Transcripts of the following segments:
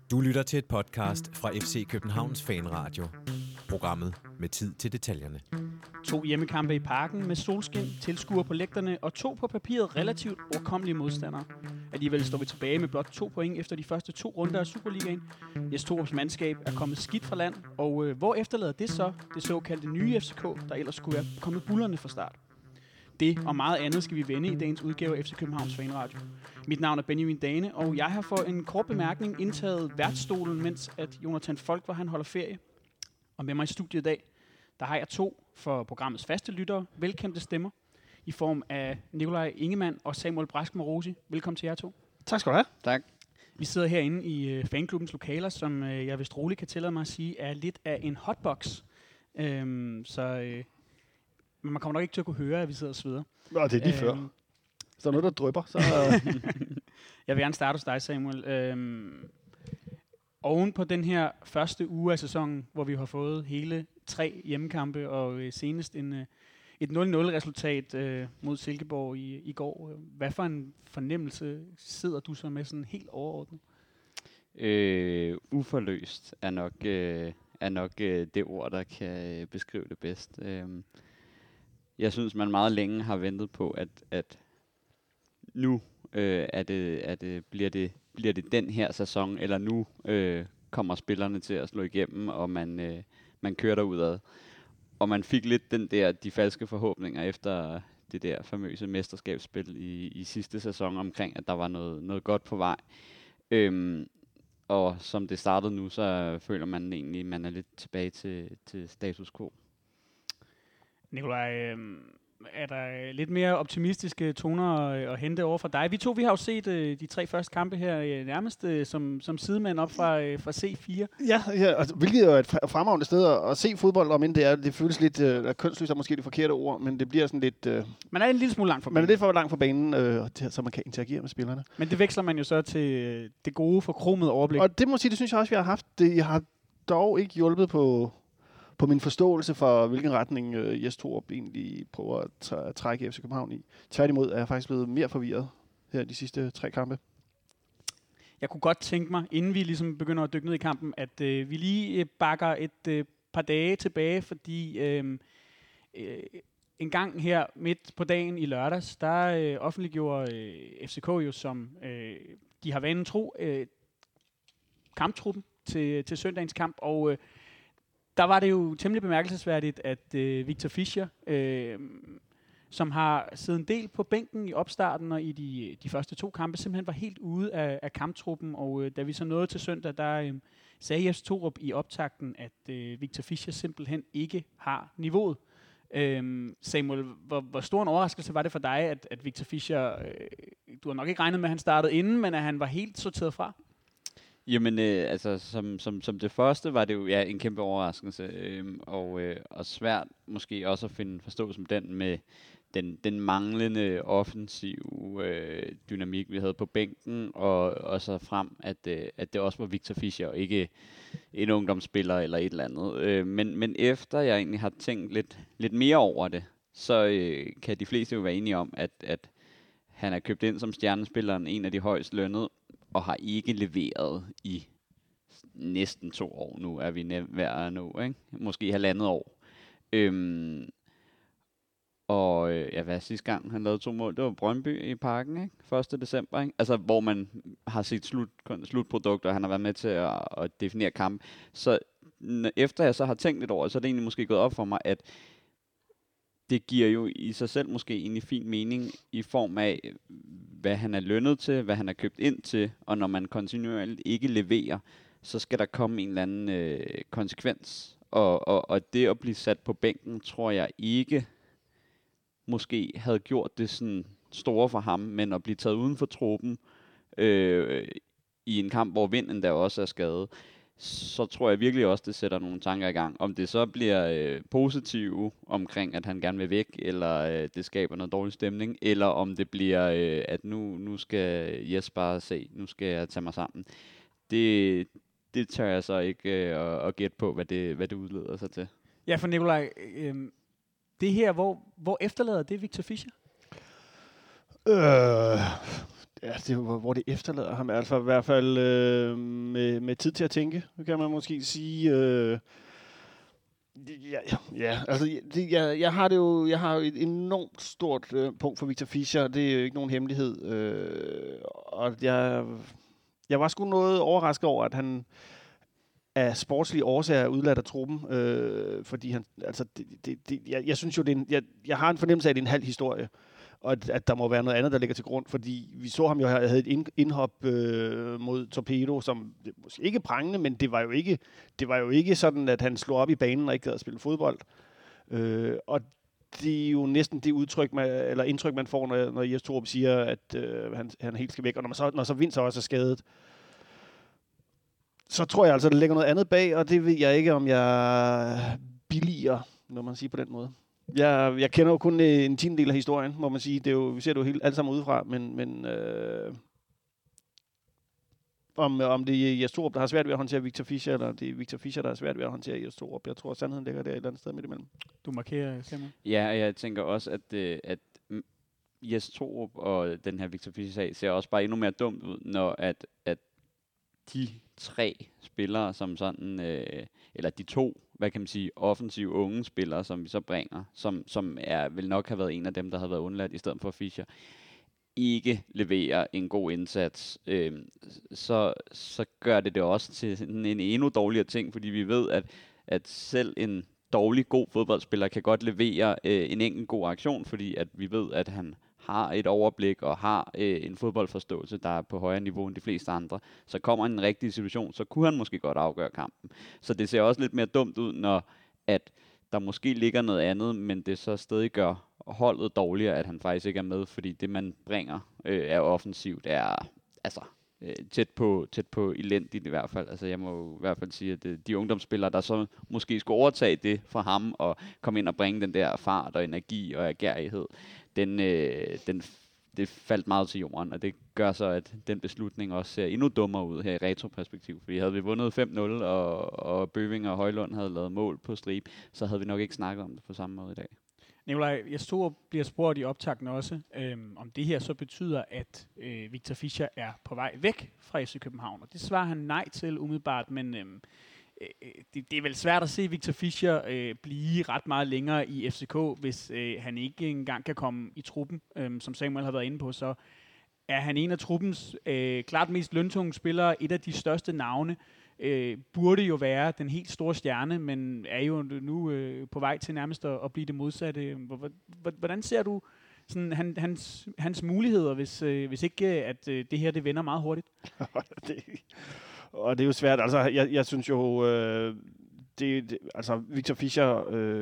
Du lytter til et podcast fra FC Københavns Fanradio. Programmet med tid til detaljerne. 2 hjemmekampe i Parken med solskin, tilskuere på lægterne og 2 på papiret relativt overkommelige modstandere. Alligevel står vi tilbage med blot 2 point efter de første 2 runder af Superligaen. Jes Torups mandskab er kommet skidt fra land, og hvor efterlader det så det såkaldte nye FCK, der ellers skulle være kommet bullerne fra start? Det og meget andet skal vi vende i dagens udgave af FC Københavns Fanradio. Mit navn er Benjamin Dane, og jeg har for en kort bemærkning indtaget værtsstolen, mens at Jonathan Folk han holder ferie. Og med mig i studiet i dag, der har jeg 2 for programmets faste lyttere, velkendte stemmer, i form af Nikolaj Ingemann og Samuel Brask Morosi. Velkommen til jer 2. Tak skal du have. Tak. Vi sidder herinde i fanklubbens lokaler, som jeg vist roligt kan tillade mig at sige, er lidt af en hotbox. Men man kommer nok ikke til at kunne høre, at vi sidder og sveder. Nå, det er lige før. Hvis der er noget, der drypper, så... Jeg vil gerne starte hos dig, Samuel. Oven på den her første uge af sæsonen, hvor vi har fået hele 3 hjemmekampe, og senest et 0-0-resultat mod Silkeborg i går. Hvad for en fornemmelse sidder du så med sådan helt overordnet? Uforløst er nok det ord, der kan beskrive det bedst. Jeg synes, man meget længe har ventet på, at nu bliver det den her sæson, eller nu kommer spillerne til at slå igennem, og man kører derudad. Og man fik lidt de falske forhåbninger efter det der famøse mesterskabsspil i sidste sæson omkring, at der var noget godt på vej. Og som det startede nu, så føler man egentlig, at man er lidt tilbage til status quo. Nikolaj, er der lidt mere optimistiske toner at hente over fra dig? Vi har jo set de 3 første kampe her nærmest som sidemand op fra C4. Ja, altså, hvilket er et fremragende sted at se fodbold, om end det føles lidt kønsløst, er måske det forkerte ord, men det bliver sådan lidt... Man er en lille smule langt fra banen. Man er lidt for langt fra banen, så man kan interagere med spillerne. Men det veksler man jo så til det gode, forkromede overblik. Og det synes jeg også, vi har haft. Jeg har dog ikke hjulpet på min forståelse for, hvilken retning Jes Torup egentlig prøver at trække FC København i. Tværtimod er jeg faktisk blevet mere forvirret her de sidste 3 kampe. Jeg kunne godt tænke mig, inden vi ligesom begynder at dykke ned i kampen, at vi lige bakker et par dage tilbage, fordi en gang her midt på dagen i lørdags, der offentliggjorde FCK jo, som de har vanen tro, kamptruppen til søndagens kamp, og der var det jo temmelig bemærkelsesværdigt, at Victor Fischer, som har siddet en del på bænken i opstarten og i de første 2 kampe, simpelthen var helt ude af kamptruppen. Og da vi så nåede til søndag, der sagde Jes Torup i optakten, at Victor Fischer simpelthen ikke har niveauet. Samuel, hvor stor en overraskelse var det for dig, at Victor Fischer, du har nok ikke regnet med, at han startede inden, men at han var helt sorteret fra? Jamen, altså, som det første var det jo en kæmpe overraskelse, og svært måske også at finde forståelse med den med den manglende offensiv dynamik, vi havde på bænken, og så frem, at det også var Victor Fischer, og ikke en ungdomsspiller eller et eller andet. Men efter jeg egentlig har tænkt lidt mere over det, så kan de fleste jo være enige om, at han er købt ind som stjernespilleren, en af de højst lønnede, og har ikke leveret i næsten 2 år nu, er vi nærmere nu, ikke? Måske 1,5 år. Hvad sidste gang han lavede 2 mål, det var Brøndby i Parken, ikke? 1. december, ikke? Altså, hvor man har set slutprodukter, og han har været med til at definere kamp. Så efter jeg så har tænkt lidt over, så er det egentlig måske gået op for mig, at det giver jo i sig selv måske egentlig fin mening i form af, hvad han er lønnet til, hvad han er købt ind til, og når man kontinuerligt ikke leverer, så skal der komme en eller anden konsekvens. Og det at blive sat på bænken, tror jeg ikke måske havde gjort det sådan store for ham, men at blive taget uden for truppen i en kamp, hvor vinden der også er skadet, så tror jeg virkelig også, det sætter nogle tanker i gang. Om det så bliver positive omkring, at han gerne vil væk, eller det skaber noget dårlig stemning, eller om det bliver, at nu skal Jes bare se, nu skal jeg tage mig sammen. Det tør jeg så ikke at gætte på, hvad det udleder sig til. Ja, for Nikolaj, det her, hvor efterlader det Victor Fischer? Ja, det er jo, hvor det efterlader ham. Altså i hvert fald med tid til at tænke, kan man måske sige. Altså jeg har jo et enormt stort punkt for Victor Fischer. Det er jo ikke nogen hemmelighed. Og jeg var sgu noget overrasket over, at han af sportslige årsager er udladt af truppen, fordi han, altså, jeg synes jo, jeg har en fornemmelse af, at det er en halv historie, og at der må være noget andet, der ligger til grund, fordi vi så ham jo havde et indhop mod Torpedo, som måske ikke prangende, men det var jo ikke sådan, at han slog op i banen og ikke gad at spille fodbold. Og det er jo næsten det indtryk, man får, når Jes Torup siger, at han helt skal væk, og når så Vinds også er skadet, så tror jeg altså, der ligger noget andet bag, og det ved jeg ikke, om jeg billiger, når man siger på den måde. Jeg kender jo kun en tiendedel af historien, må man sige. Vi ser det jo helt alt sammen udefra, men om det er Jes Torup, der har svært ved at håndtere Victor Fischer, eller det er Victor Fischer, der har svært ved at håndtere Jes Torup. Jeg tror, at sandheden ligger der et eller andet sted midt imellem. Du markerer, Simon? Ja, jeg tænker også, at Jes Torup og den her Victor Fischer-sag ser også bare endnu mere dumt ud, når at de 3 spillere, som sådan, eller de 2, hvad kan man sige, offensive unge spillere, som vi så bringer, som vil nok have været en af dem, der havde været undladt i stedet for Fischer, ikke leverer en god indsats, så gør det også til en endnu dårligere ting, fordi vi ved, at selv en dårlig god fodboldspiller kan godt levere en enkelt god aktion, fordi at vi ved, at han har et overblik og har en fodboldforståelse, der er på højere niveau end de fleste andre, så kommer en rigtig situation, så kunne han måske godt afgøre kampen. Så det ser også lidt mere dumt ud, når at der måske ligger noget andet, men det så stadig gør holdet dårligere, at han faktisk ikke er med, fordi det, man bringer er offensivt, er altså tæt på elendigt i hvert fald. Altså jeg må jo i hvert fald sige, at de ungdomsspillere, der så måske skulle overtage det fra ham og komme ind og bringe den der fart og energi og agerighed, det faldt meget til jorden, og det gør så, at den beslutning også ser endnu dummere ud her i retroperspektiv. Fordi havde vi vundet 5-0, og Bøving og Højlund havde lavet mål på stribe, så havde vi nok ikke snakket om det på samme måde i dag. Nikolaj, Jes Torup bliver spurgt i optakten også, om det her så betyder, at Victor Fischer er på vej væk fra FC København. Og det svarer han nej til umiddelbart, men det er vel svært at se Victor Fischer blive ret meget længere i FCK, hvis han ikke engang kan komme i truppen, som Samuel har været inde på. Så er han en af truppens klart mest løntunge spillere, et af de største navne, burde jo være den helt store stjerne, men er jo nu på vej til nærmest at blive det modsatte. Hvordan ser du sådan, hans muligheder, hvis ikke at det her det vender meget hurtigt? Og det er jo svært. Altså, jeg synes jo, altså Victor Fischer,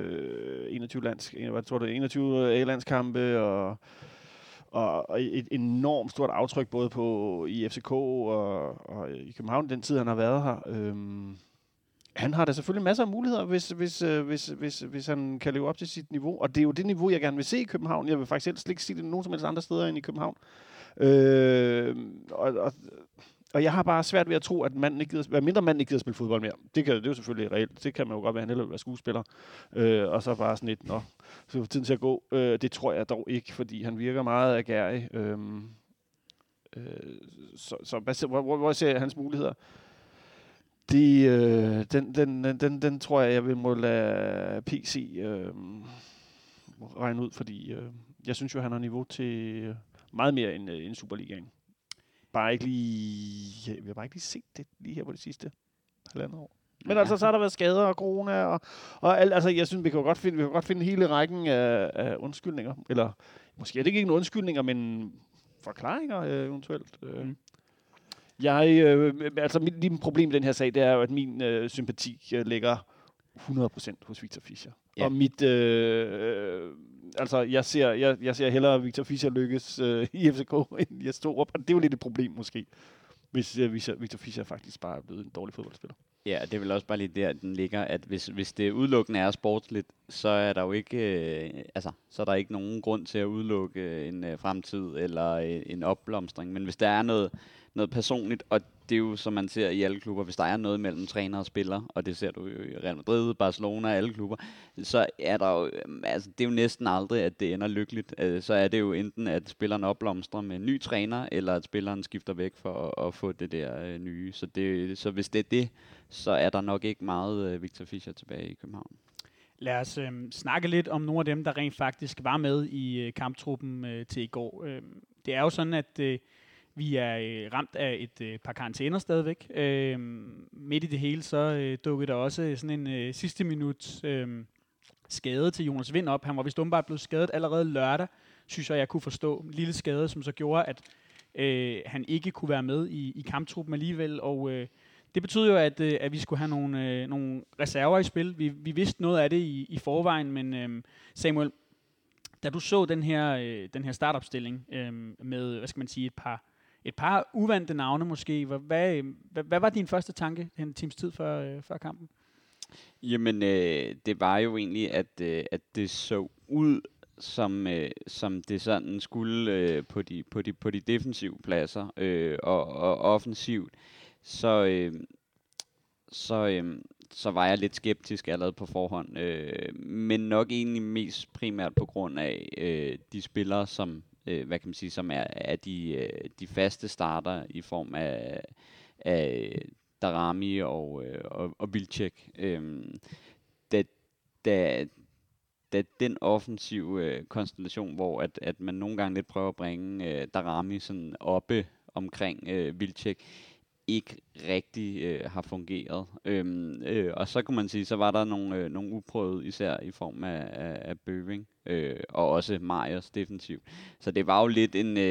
21 A-landskampe og et enormt stort aftryk både i FCK og i København, den tid han har været her. Han har da selvfølgelig masser af muligheder, hvis han kan leve op til sit niveau. Og det er jo det niveau, jeg gerne vil se i København. Jeg vil faktisk helst ikke sige det nogen som helst andre steder end i København. Og jeg har bare svært ved at tro, at manden ikke gider spille fodbold mere. Det er jo selvfølgelig reelt. Det kan man jo godt være, han hellere være skuespiller. Og så bare sådan lidt, så får tiden til at gå. Det tror jeg dog ikke, fordi han virker meget agerig. Hvor ser jeg hans muligheder? Den tror jeg vil må lade PC regne ud, fordi jeg synes jo, han har niveau til meget mere end Superligaen. Vi har bare ikke lige set det lige her på det sidste halvandet år. Men altså, så har der været skader og corona og alt. Altså, jeg synes, vi kan godt finde hele rækken af undskyldninger. Eller måske er det ikke en undskyldninger, men forklaringer eventuelt. Mit problem i den her sag, det er jo, at min sympati ligger 100% hos Victor Fischer. Ja. Og mit... jeg ser hellere Victor Fischer lykkes i FCK end Jes Torup, og det er jo lidt et problem måske, hvis Victor Fischer faktisk bare er blevet en dårlig fodboldspiller. Ja, det er vel også bare lige der, den ligger, at hvis det udelukkende er sportsligt, så er der jo ikke, så er der ikke nogen grund til at udelukke en fremtid eller en opblomstring. Men hvis der er noget personligt, og det er jo, som man ser i alle klubber, hvis der er noget mellem træner og spiller, og det ser du jo i Real Madrid, Barcelona og alle klubber, så er der jo, altså det er jo næsten aldrig, at det ender lykkeligt. Så er det jo enten, at spilleren opblomstrer med en ny træner, eller at spilleren skifter væk for at få det der nye. Så hvis det er det, så er der nok ikke meget Victor Fischer tilbage i København. Lad os snakke lidt om nogle af dem, der rent faktisk var med i kamptruppen til i går. Det er jo sådan, at vi er ramt af et par karantæner stadigvæk. Midt i det hele, så dukkede der også sådan en sidste minut skade til Jonas Vind op. Han var vist åbenbart blevet skadet allerede lørdag, synes jeg kunne forstå. En lille skade, som så gjorde, at han ikke kunne være med i kamptruppen alligevel. Og det betyder jo, at vi skulle have nogle reserver i spil. Vi vidste noget af det i forvejen, men Samuel, da du så den her startopstilling med, hvad skal man sige, et par uvante navne måske, hvad var din første tanke en times tid før kampen? Jamen, det var jo egentlig, at det så ud, som det sådan skulle på de defensive pladser og offensivt, så var jeg lidt skeptisk allerede på forhånd, men nok egentlig mest primært på grund af de spillere, som hvad kan man sige, som er de faste starter i form af Darami og Wilczek. Da den offensive konstellation, hvor at man nogle gange lidt prøver at bringe Darami sådan oppe omkring Wilczek, ikke rigtig har fungeret. Og så kunne man sige, så var der nogle uprøvede, især i form af Bøving, og også Marius defensivt. Så det var jo lidt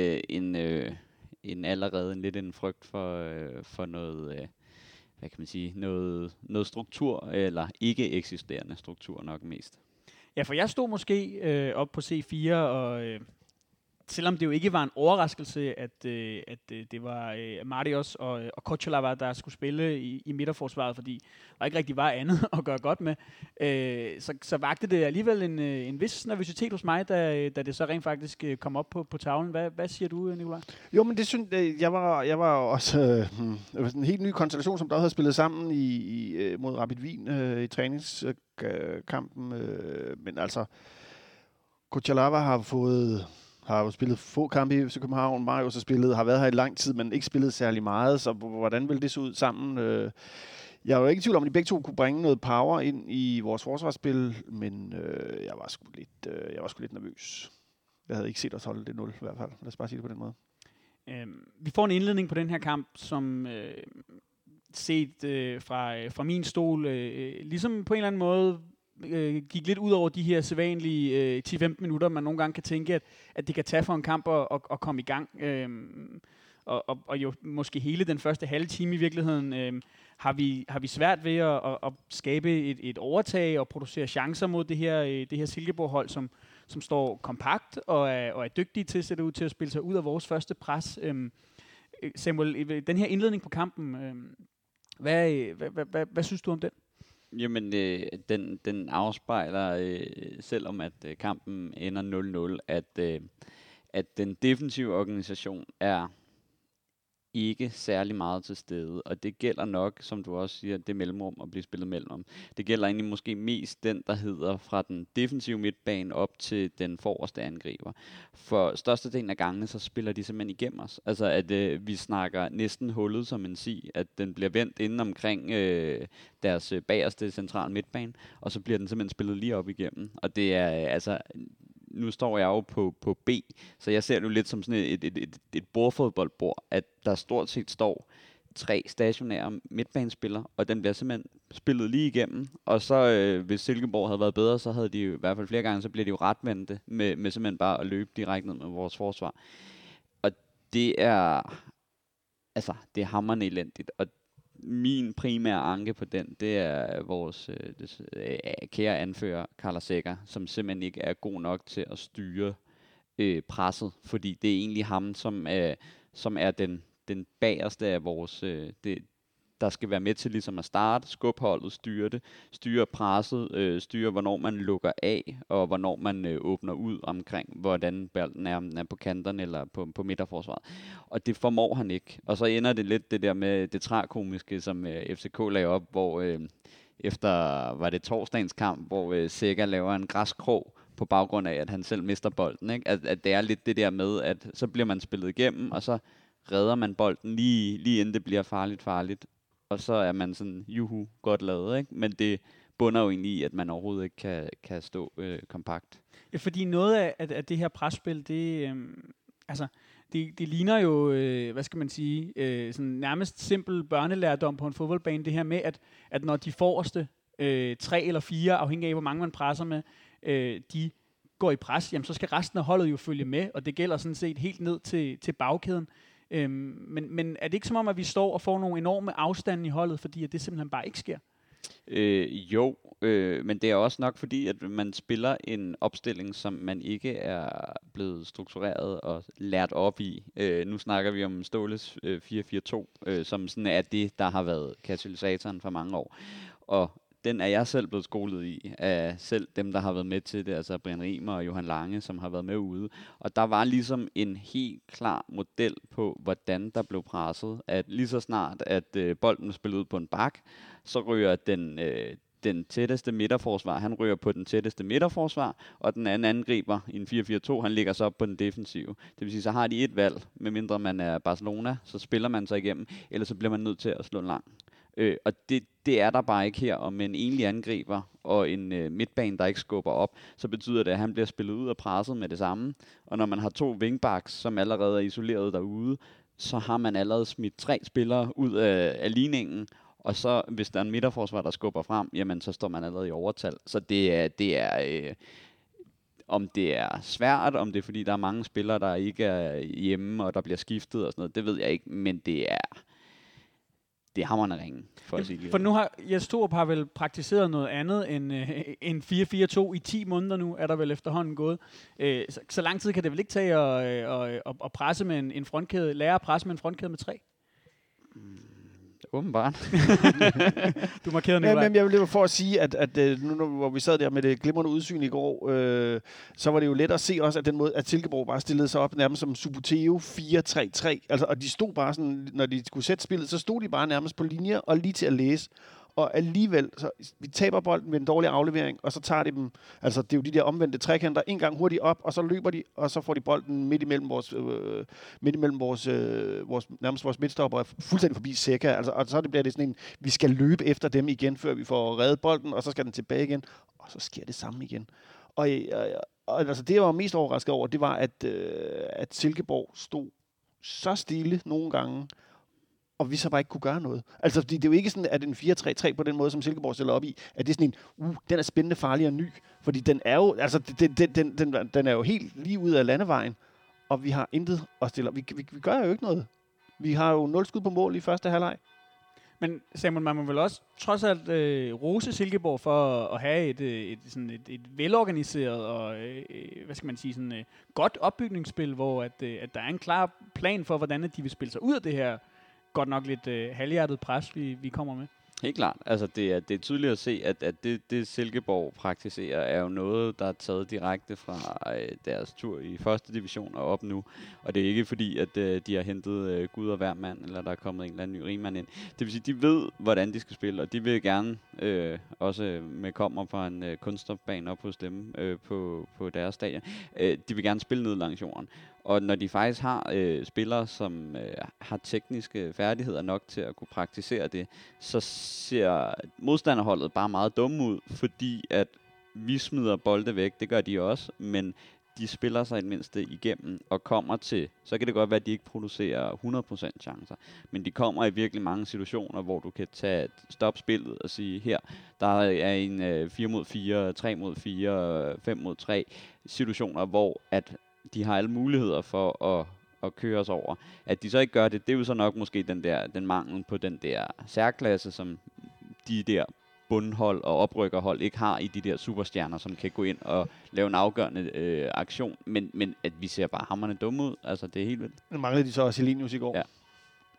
en frygt for noget, hvad kan man sige, noget struktur, eller ikke eksisterende struktur nok mest. Ja, for jeg stod måske op på C4, og selvom det jo ikke var en overraskelse, at det var Marius og Kochalava, der skulle spille i midterforsvaret, fordi der ikke rigtig var andet at gøre godt med, så vagte det alligevel en vis nervøsitet hos mig, da det så rent faktisk kom op på tavlen. Hvad siger du, Nikolaj? Jo, men det synes jeg var også en helt ny konstellation, som der havde spillet sammen mod Rapid Wien i træningskampen. Men altså, Kochalava har jo spillet få kampe i FC København. Marius har været her i lang tid, men ikke spillet særlig meget. Så hvordan vil det se ud sammen? Jeg er jo ikke i tvivl om, at de begge to kunne bringe noget power ind i vores forsvarsspil, men jeg var sgu lidt nervøs. Jeg havde ikke set os holde det 0 i hvert fald. Lad os bare sige det på den måde. Vi får en indledning på den her kamp, som set fra min stol, ligesom på en eller anden måde gik lidt ud over de her sædvanlige 10-15 minutter, man nogle gange kan tænke, at det kan tage for en kamp at komme i gang. Og jo måske hele den første halve time i virkeligheden har vi svært ved at skabe et overtag og producere chancer mod det her Silkeborg-hold, som står kompakt og er dygtige til at sætte ud til at spille sig ud af vores første pres. Samuel, den her indledning på kampen, hvad synes du om den? Jamen, den afspejler, selvom at kampen ender 0-0, at den defensive organisation er ikke særlig meget til stede, og det gælder nok, som du også siger, det mellemrum at blive spillet mellem. Det gælder egentlig måske mest den, der hedder fra den defensive midtbane op til den forreste angriber. For størstedelen af gangene, så spiller de simpelthen igennem os. Altså, at vi snakker næsten hullet som en si, at den bliver vendt inden omkring deres bagerste centrale midtbane, og så bliver den simpelthen spillet lige op igennem. Og det er altså... Nu står jeg jo på B, så jeg ser det jo lidt som sådan et bordfodboldbord, at der stort set står 3 stationære midtbanespillere, og den bliver simpelthen spillet lige igennem. Og så hvis Silkeborg havde været bedre, så havde de jo, i hvert fald flere gange, så bliver de jo retvendte med simpelthen bare at løbe direkte ned med vores forsvar. Og det er hamrende elendigt, og min primære anke på den, det er vores kære anfører, Carla Seca, som simpelthen ikke er god nok til at styre presset, fordi det er egentlig ham, som er den bagerste af vores der skal være med til ligesom at starte, skubbe holdet, styre det, styre presset, styre hvornår man lukker af, og hvornår man åbner ud omkring, hvordan bolden er, om den er på kanterne eller på midterforsvaret. Og det formår han ikke. Og så ender det lidt det der med det tragikomiske, som FCK lagde op, hvor efter, var det torsdagens kamp, hvor Sækker laver en græskrog på baggrund af, at han selv mister bolden. Ikke? At det er lidt det der med, at så bliver man spillet igennem, og så redder man bolden lige inden det bliver farligt. Og så er man sådan, juhu, godt lavet. Ikke? Men det bunder jo egentlig i, at man overhovedet ikke kan stå kompakt. Ja, fordi noget af det her presspil, det ligner jo, hvad skal man sige, sådan nærmest simpel børnelærdom på en fodboldbane. Det her med, at når de forreste 3 eller 4, afhængig af hvor mange man presser med, de går i pres, jamen så skal resten af holdet jo følge med, og det gælder sådan set helt ned til bagkæden. Men er det ikke som om, at vi står og får nogle enorme afstande i holdet, fordi at det simpelthen bare ikke sker? Jo, men det er også nok fordi, at man spiller en opstilling, som man ikke er blevet struktureret og lært op i. Nu snakker vi om Ståles 4-4-2, som sådan er det, der har været katalysatoren for mange år. Og den er jeg selv blevet skolet i, af selv dem, der har været med til det, altså Brian Riemer og Johan Lange, som har været med ude. Og der var ligesom en helt klar model på, hvordan der blev presset. At lige så snart, at bolden spillede ud på en bak, så ryger den tætteste midterforsvar, han ryger på den tætteste midterforsvar, og den anden angriber i en 4-4-2, han ligger så op på den defensive. Det vil sige, så har de et valg, medmindre man er Barcelona, så spiller man sig igennem, eller så bliver man nødt til at slå lang. Og det er der bare ikke her, og med en enlig angriber og en midtbane, der ikke skubber op, så betyder det, at han bliver spillet ud og presset med det samme. Og når man har 2 wingbacks, som allerede er isoleret derude, så har man allerede smidt 3 spillere ud af ligningen, og så hvis der er en midterforsvar, der skubber frem, jamen så står man allerede i overtal. Så det er om det er svært, om det er fordi, der er mange spillere, der ikke er hjemme, og der bliver skiftet og sådan noget, det ved jeg ikke, men det er hamrende ringe, for at sige det. For nu har Jes Torup har vel praktiseret noget andet end 4-4-2 i 10 måneder nu, er der vel efterhånden gået. Så lang tid kan det vel ikke tage at presse med en frontkæde, lære at presse med en frontkæde med 3? Åbenbart. Du markerede Nikolaj. Men jeg vil lige for at sige, at nu hvor vi sad der med det glimrende udsyn i går, så var det jo let at se også, at den måde, at Silkeborg bare stillede sig op nærmest som Suboteo 4-3-3. Altså, og de stod bare sådan, når de skulle sætte spillet, så stod de bare nærmest på linjer og lige til at læse. Og alligevel, så vi taber bolden med en dårlig aflevering, og så tager de dem, altså det er jo de der omvendte trekanter, en gang hurtigt op, og så løber de, og så får de bolden midt imellem vores midtstopper, fuldstændig forbi Sækker, altså, og så bliver det sådan en, vi skal løbe efter dem igen, før vi får reddet bolden, og så skal den tilbage igen, og så sker det samme igen. Og altså det, jeg var mest overrasket over, det var, at Silkeborg stod så stille nogle gange, og vi så bare ikke kunne gøre noget. Altså, det er jo ikke sådan, at en 4-3-3 på den måde, som Silkeborg stiller op i, at det er sådan en, den er spændende, farlig og ny. Fordi den er jo, altså, den er jo helt lige ud af landevejen, og vi har intet at stille op. Vi gør jo ikke noget. Vi har jo 0 skud på mål i første halvleg. Men Samuel, man må vel også trods alt rose Silkeborg for at have et velorganiseret og hvad skal man sige, sådan godt opbygningsspil, hvor at der er en klar plan for, hvordan de vil spille sig ud af det her godt nok lidt halvhjertet pres, vi kommer med. Helt klart. Altså, det er tydeligt at se, at det Silkeborg praktiserer, er jo noget, der er taget direkte fra deres tur i første division og op nu. Og det er ikke fordi, at de har hentet Gud og hver mand, eller der er kommet en eller anden ny rigmand ind. Det vil sige, de ved, hvordan de skal spille, og de vil gerne også med kommer fra en kunststofbane op hos dem på deres stadion. De vil gerne spille ned langs jorden. Og når de faktisk har spillere, som har tekniske færdigheder nok til at kunne praktisere det, så ser modstanderholdet bare meget dumme ud, fordi at vi smider bolde væk, det gør de også, men de spiller sig i det mindste igennem og kommer til, så kan det godt være, at de ikke producerer 100% chancer, men de kommer i virkelig mange situationer, hvor du kan tage stop spillet og sige, her, der er en 4 mod 4, 3 mod 4, 5 mod 3 situationer, hvor at de har alle muligheder for at køre os over. At de så ikke gør det, det er jo så nok måske den mangel på den der særklasse, som de der bundhold og oprykkerhold ikke har i de der superstjerner, som kan gå ind og lave en afgørende aktion. Men at vi ser bare hamrende dumme ud. Altså, det er helt vildt. Nu manglede de så også Helenius i går. Ja.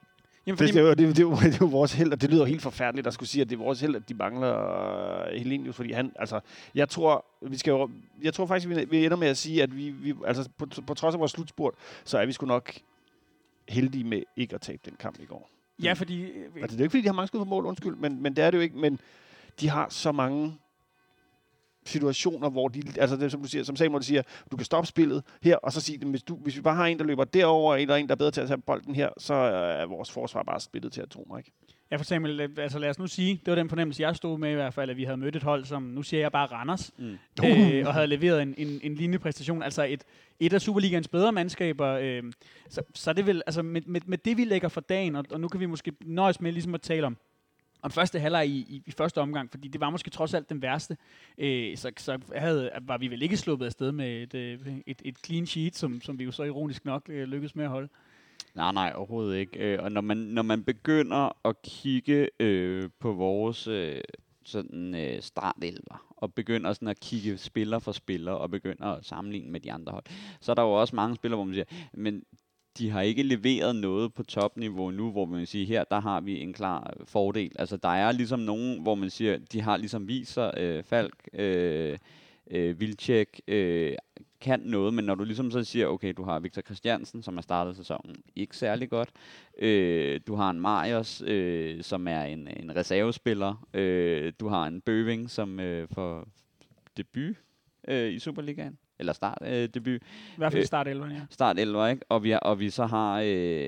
Jamen, Det er jo vores held, og det lyder helt forfærdeligt at skulle sige, at det er vores held, at de mangler Helenius, fordi han, altså, jeg tror faktisk, vi ender med at sige, at vi altså, på trods af vores slutspurt, så er vi sgu nok heldige med ikke at tabe den kamp i går. Ja, fordi... Altså, det er jo ikke, fordi de har mange skud på mål, undskyld, men det er det jo ikke, men de har så mange situationer, hvor de, altså det, som du siger, som Samuel siger, du kan stoppe spillet her, og så sige, hvis vi bare har en, der løber derover, eller en, der er bedre til at tage bolden her, så er vores forsvar bare spillet til atomer, ikke? Ja, for Samuel, altså lad os nu sige, det var den fornemmelse, jeg stod med i hvert fald, at vi havde mødt et hold, som, nu siger jeg bare Randers, og havde leveret en lignende præstation, altså et af Superligans bedre mandskaber, så er det vel, altså med det, vi lægger for dagen, og nu kan vi måske nøjes med ligesom at tale om første halvleg i første omgang, fordi det var måske trods alt den værste, så var vi vel ikke sluppet afsted med et clean sheet, som vi jo så ironisk nok lykkedes med at holde. Nej, overhovedet ikke. Og når man begynder at kigge på vores startelver, og begynder sådan at kigge spiller for spiller, og begynder at sammenligne med de andre hold, så er der jo også mange spillere, hvor man siger, men de har ikke leveret noget på topniveau nu, hvor man siger, her der har vi en klar fordel. Altså der er ligesom nogen, hvor man siger, de har ligesom viser Falk, Vilcek, kan noget, men når du ligesom så siger, okay, du har Victor Christiansen, som har startet sæsonen ikke særlig godt, du har en Marius, som er en reservespiller, du har en Bøving, som får debut i Superligaen, eller startdebut. I hvert fald start 11'eren, ja. Start 11'er, ikke? Og vi så har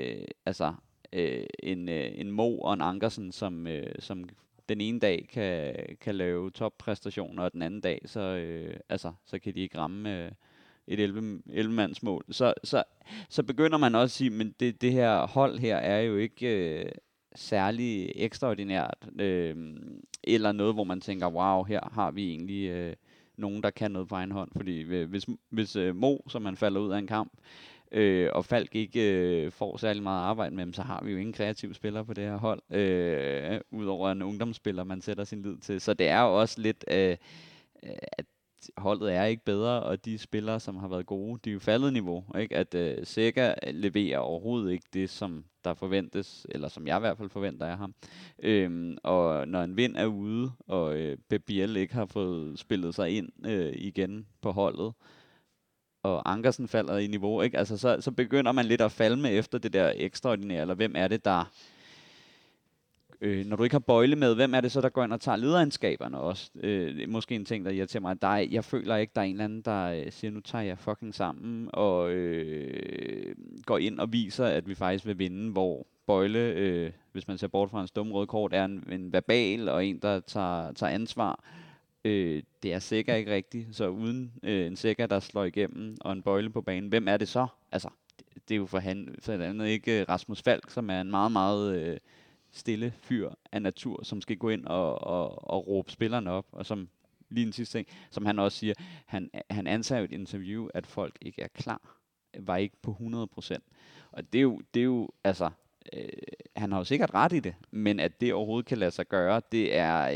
en Mo og en Ankersen, som den ene dag kan lave toppræstationer, og den anden dag, så kan de ikke ramme et 11-mands mål. Så begynder man også at sige, men det her hold her er jo ikke særlig ekstraordinært, eller noget, hvor man tænker, wow, her har vi egentlig nogen, der kan noget på egen hånd. Fordi hvis Mo, som man falder ud af en kamp, og Falk ikke får særlig meget arbejde med dem, så har vi jo ingen kreative spillere på det her hold, udover en ungdomsspiller, man sætter sin lid til. Så det er jo også lidt, at holdet er ikke bedre, og de spillere, som har været gode, de er jo faldet niveau, ikke? At Sega leverer overhovedet ikke det, som der forventes, eller som jeg i hvert fald forventer af ham. Og når en Vind er ude, og Pep Biel ikke har fået spillet sig ind igen på holdet, og Ankersen falder i niveau, ikke? Altså, så begynder man lidt at falme efter det der ekstraordinære, eller hvem er det, der... når du ikke har Bøjle med, hvem er det så, der går ind og tager lederegenskaberne også? Måske en ting, der irriterer mig. Jeg føler ikke, der er en eller anden, der siger, nu tager jeg fucking sammen, og går ind og viser, at vi faktisk vil vinde, hvor Bøjle, hvis man ser bort fra en stum rød kort, er en verbal, og en, der tager ansvar. Det er sikkert ikke rigtigt, så uden en sikker, der slår igennem, og en Bøjle på banen, hvem er det så? Altså, det er jo for et andet ikke Rasmus Falk, som er en meget, meget stille fyr af natur, som skal gå ind og råbe spillerne op, og som lige en sidste ting, som han også siger, han antager jo et interview, at folk ikke er klar, var ikke på 100%. Og det er jo altså, han har jo sikkert ret i det, men at det overhovedet kan lade sig gøre, det er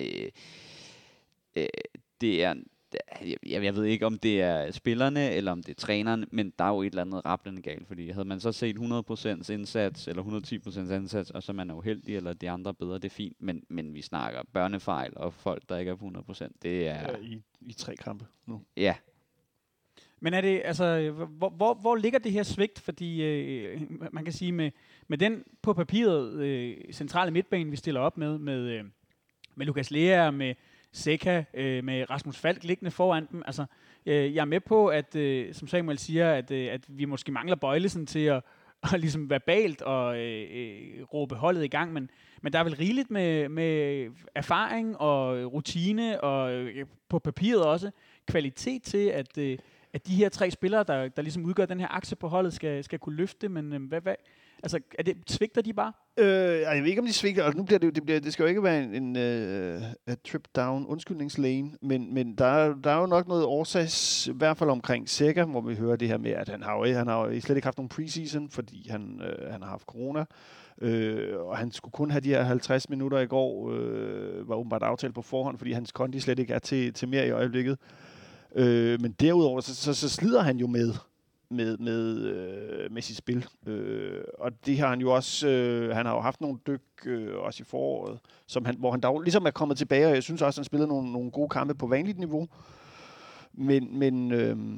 jeg ved ikke, om det er spillerne, eller om det er træneren, men der er jo et eller andet rablende galt, fordi havde man så set 100% indsats, eller 110% indsats, og så er man er uheldig, eller de andre bedre, det er fint, men vi snakker børnefejl, og folk, der ikke er på 100%, det er... I 3 kampe nu. Ja. Men er det, altså, hvor ligger det her svigt? Fordi man kan sige, med den på papiret centrale midtbane, vi stiller op med Lukas Lea, med Seka, med Rasmus Falk liggende foran dem. Altså, jeg er med på, at som Samuel siger, at vi måske mangler Bøjlesen til at ligesom verbalt og råbe holdet i gang, men der er vel rigeligt med erfaring og rutine, og på papiret også kvalitet til, at de her 3 spillere, der ligesom udgør den her akse på holdet, skal kunne løfte, men hvad altså, svigter de bare? Jeg ved ikke, om de svigter. Altså, nu bliver det skal jo ikke være en trip down undskyldningslane, men der er jo nok noget årsags, i hvert fald omkring Sega, hvor vi hører det her med, at han har jo slet ikke haft nogen preseason, fordi han har haft corona, og han skulle kun have de her 50 minutter i går, var åbenbart aftalt på forhånd, fordi hans kondi slet ikke er til mere i øjeblikket. Men derudover, så slider han jo med med sit spil. Og det har han jo også, han har jo haft nogle dyk også i foråret, hvor han dog ligesom er kommet tilbage, og jeg synes også, at han spillede nogle gode kampe på vanligt niveau. Men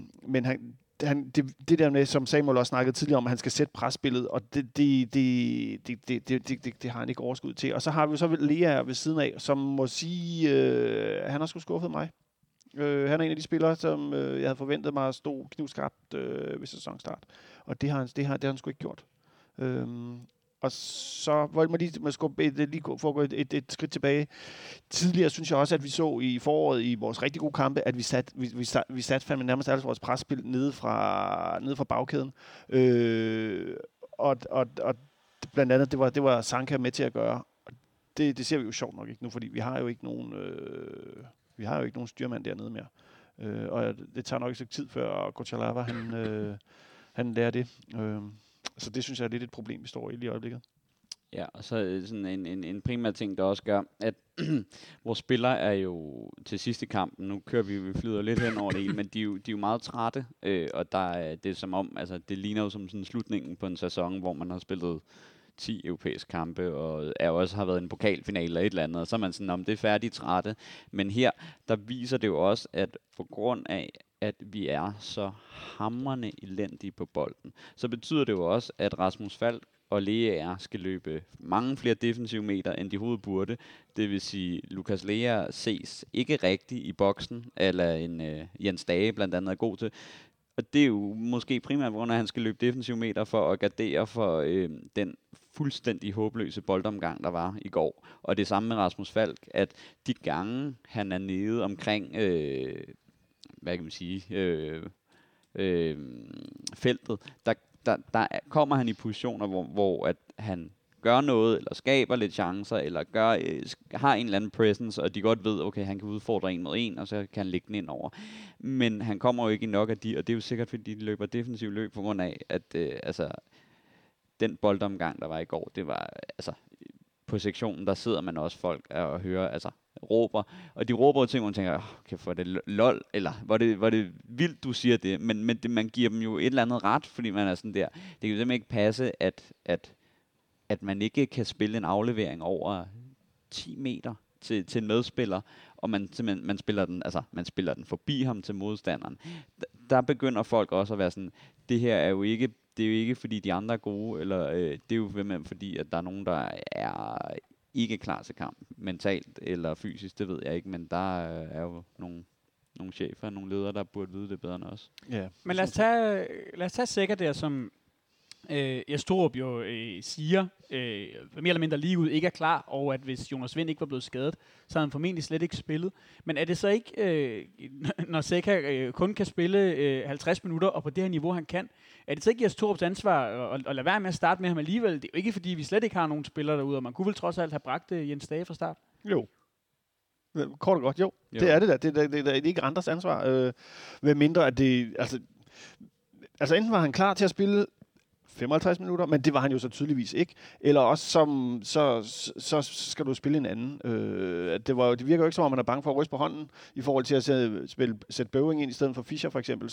det der med, som Samuel også snakkede tidligere om, at han skal sætte presspillet, og det har han ikke overskud til. Og så har vi jo så Lea ved siden af, som må sige, han har sgu skuffet mig. Han er en af de spillere, som jeg havde forventet mig at stå knivskarpt ved sæsonstart. Og det har han sgu ikke gjort. Og så må lige få et skridt tilbage. Tidligere synes jeg også, at vi så i foråret i vores rigtig gode kampe, at vi satte fandme nærmest alle vores presspil nede fra bagkæden. Og blandt andet, det var Sanka med til at gøre. Det ser vi jo sjovt nok ikke nu, fordi vi har jo ikke nogen styrmand dernede mere. Og det tager nok ikke så tid før Kochalava, han lærer det. Så det synes jeg er lidt et problem, vi står i lige i øjeblikket. Ja, og så sådan en primær ting, der også gør, at vores spillere er jo til sidste kampen, nu kører vi flyder lidt hen over det hele, men de er jo meget trætte, og det er som om, altså det ligner jo som sådan slutningen på en sæson, hvor man har spillet 10 europæiske kampe, og også har været en pokalfinale eller et eller andet, og så er man sådan, om det er færdigt trætte. Men her, der viser det jo også, at på grund af, at vi er så hamrende elendige på bolden, så betyder det jo også, at Rasmus Falk og Lea skal løbe mange flere defensive meter, end de hovedet burde. Det vil sige, Lukas Lea ses ikke rigtigt i boksen, eller en Jens Dage blandt andet er god til. Og det er jo måske primært, hvor han skal løbe defensive meter for at gardere for den fuldstændig håbløse boldomgang, der var i går. Og det samme med Rasmus Falk, at de gange, han er nede omkring, hvad kan man sige, feltet, der kommer han i positioner, hvor at han gør noget, eller skaber lidt chancer, eller har en eller anden presence, og de godt ved, okay, han kan udfordre 1 mod 1, og så kan han lægge den ind over. Men han kommer jo ikke i nok af de, og det er jo sikkert, fordi de løber defensiv løb, på grund af, at den boldomgang, der var i går, det var, på sektionen, der sidder man også folk og hører, råber, og de råber jo ting, hvor man tænker, okay, for det lol, eller var det vildt, du siger det, men man giver dem jo et eller andet ret, fordi man er sådan der, det kan jo simpelthen ikke passe, at man ikke kan spille en aflevering over 10 meter til en medspiller, og man spiller den forbi ham til modstanderen. Der begynder folk også at være sådan, det her er jo ikke, fordi de andre er gode, eller det er jo fordi, at der er nogen, der er ikke klar til kamp, mentalt eller fysisk, det ved jeg ikke, men der er jo nogle chefer, nogle ledere, der burde vide det bedre end os. Yeah. Men lad os tage Sækker der, som Jes Torup jo siger, mere eller mindre lige ud, ikke er klar, og at hvis Jonas Vind ikke var blevet skadet, så havde han formentlig slet ikke spillet. Men er det så ikke, når Sækker kun kan spille 50 minutter, og på det her niveau, han kan, er det så ikke Jes Torups ansvar at lade være med at starte med ham alligevel? Det er jo ikke, fordi vi slet ikke har nogen spillere derude, og man kunne vel trods alt have bragt Jens Dage fra start? Jo. Kort og godt, jo. Det er det der. Det er ikke andres ansvar. Hvad mindre, at det... Altså enten var han klar til at spille 55 minutter, men det var han jo så tydeligvis ikke. Eller også så skal du spille en anden. Det virker jo ikke som om, man er bange for at ryste på hånden, i forhold til at sætte Bøving ind i stedet for Fischer for eksempel.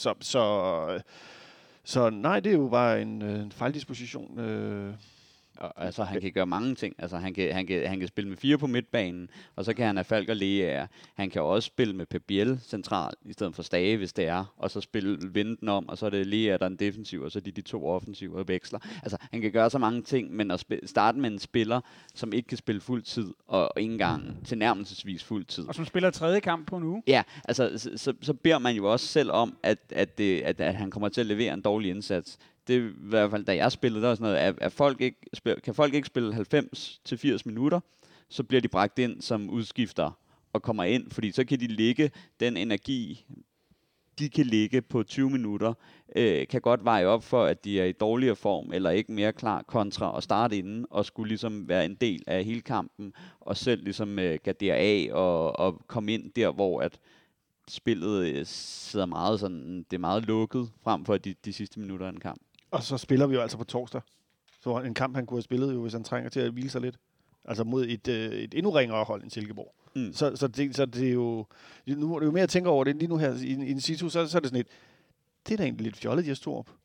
Så nej, det er jo bare en fejldisposition. Og, han kan gøre mange ting. Han kan spille med 4 på midtbanen, og så kan han have Falk og Lea. Han kan også spille med Pep Biel centralt, i stedet for Stage, hvis det er. Og så vende den om, og så er det Lea, der er en defensiv, og så er de 2 offensive og veksler. Han kan gøre så mange ting, men at starte med en spiller, som ikke kan spille fuld tid, og ikke engang tilnærmelsesvis fuld tid. Og som spiller 3. kamp på en uge. Ja, så beder man jo også selv om, at han kommer til at levere en dårlig indsats. Det er i hvert fald, da jeg spillede, der var sådan noget, kan folk ikke spille 90-80 minutter, så bliver de bragt ind som udskifter og kommer ind, fordi så kan de lægge den energi, de kan ligge på 20 minutter, kan godt veje op for, at de er i dårligere form, eller ikke mere klar kontra at starte inden, og skulle ligesom være en del af hele kampen, og selv ligesom gardere af, og komme ind der, hvor at spillet sidder meget sådan, det er meget lukket, frem for de sidste minutter af en kamp. Og så spiller vi jo altså på torsdag. Så en kamp, han kunne have spillet, jo, hvis han trænger til at hvile sig lidt. Altså mod et endnu ringere hold end Silkeborg. Mm. Så det er jo... Nu er det jo mere at tænke over det lige nu her i en situ, så er det sådan et... Det er da egentlig lidt fjollet, Jes Torup.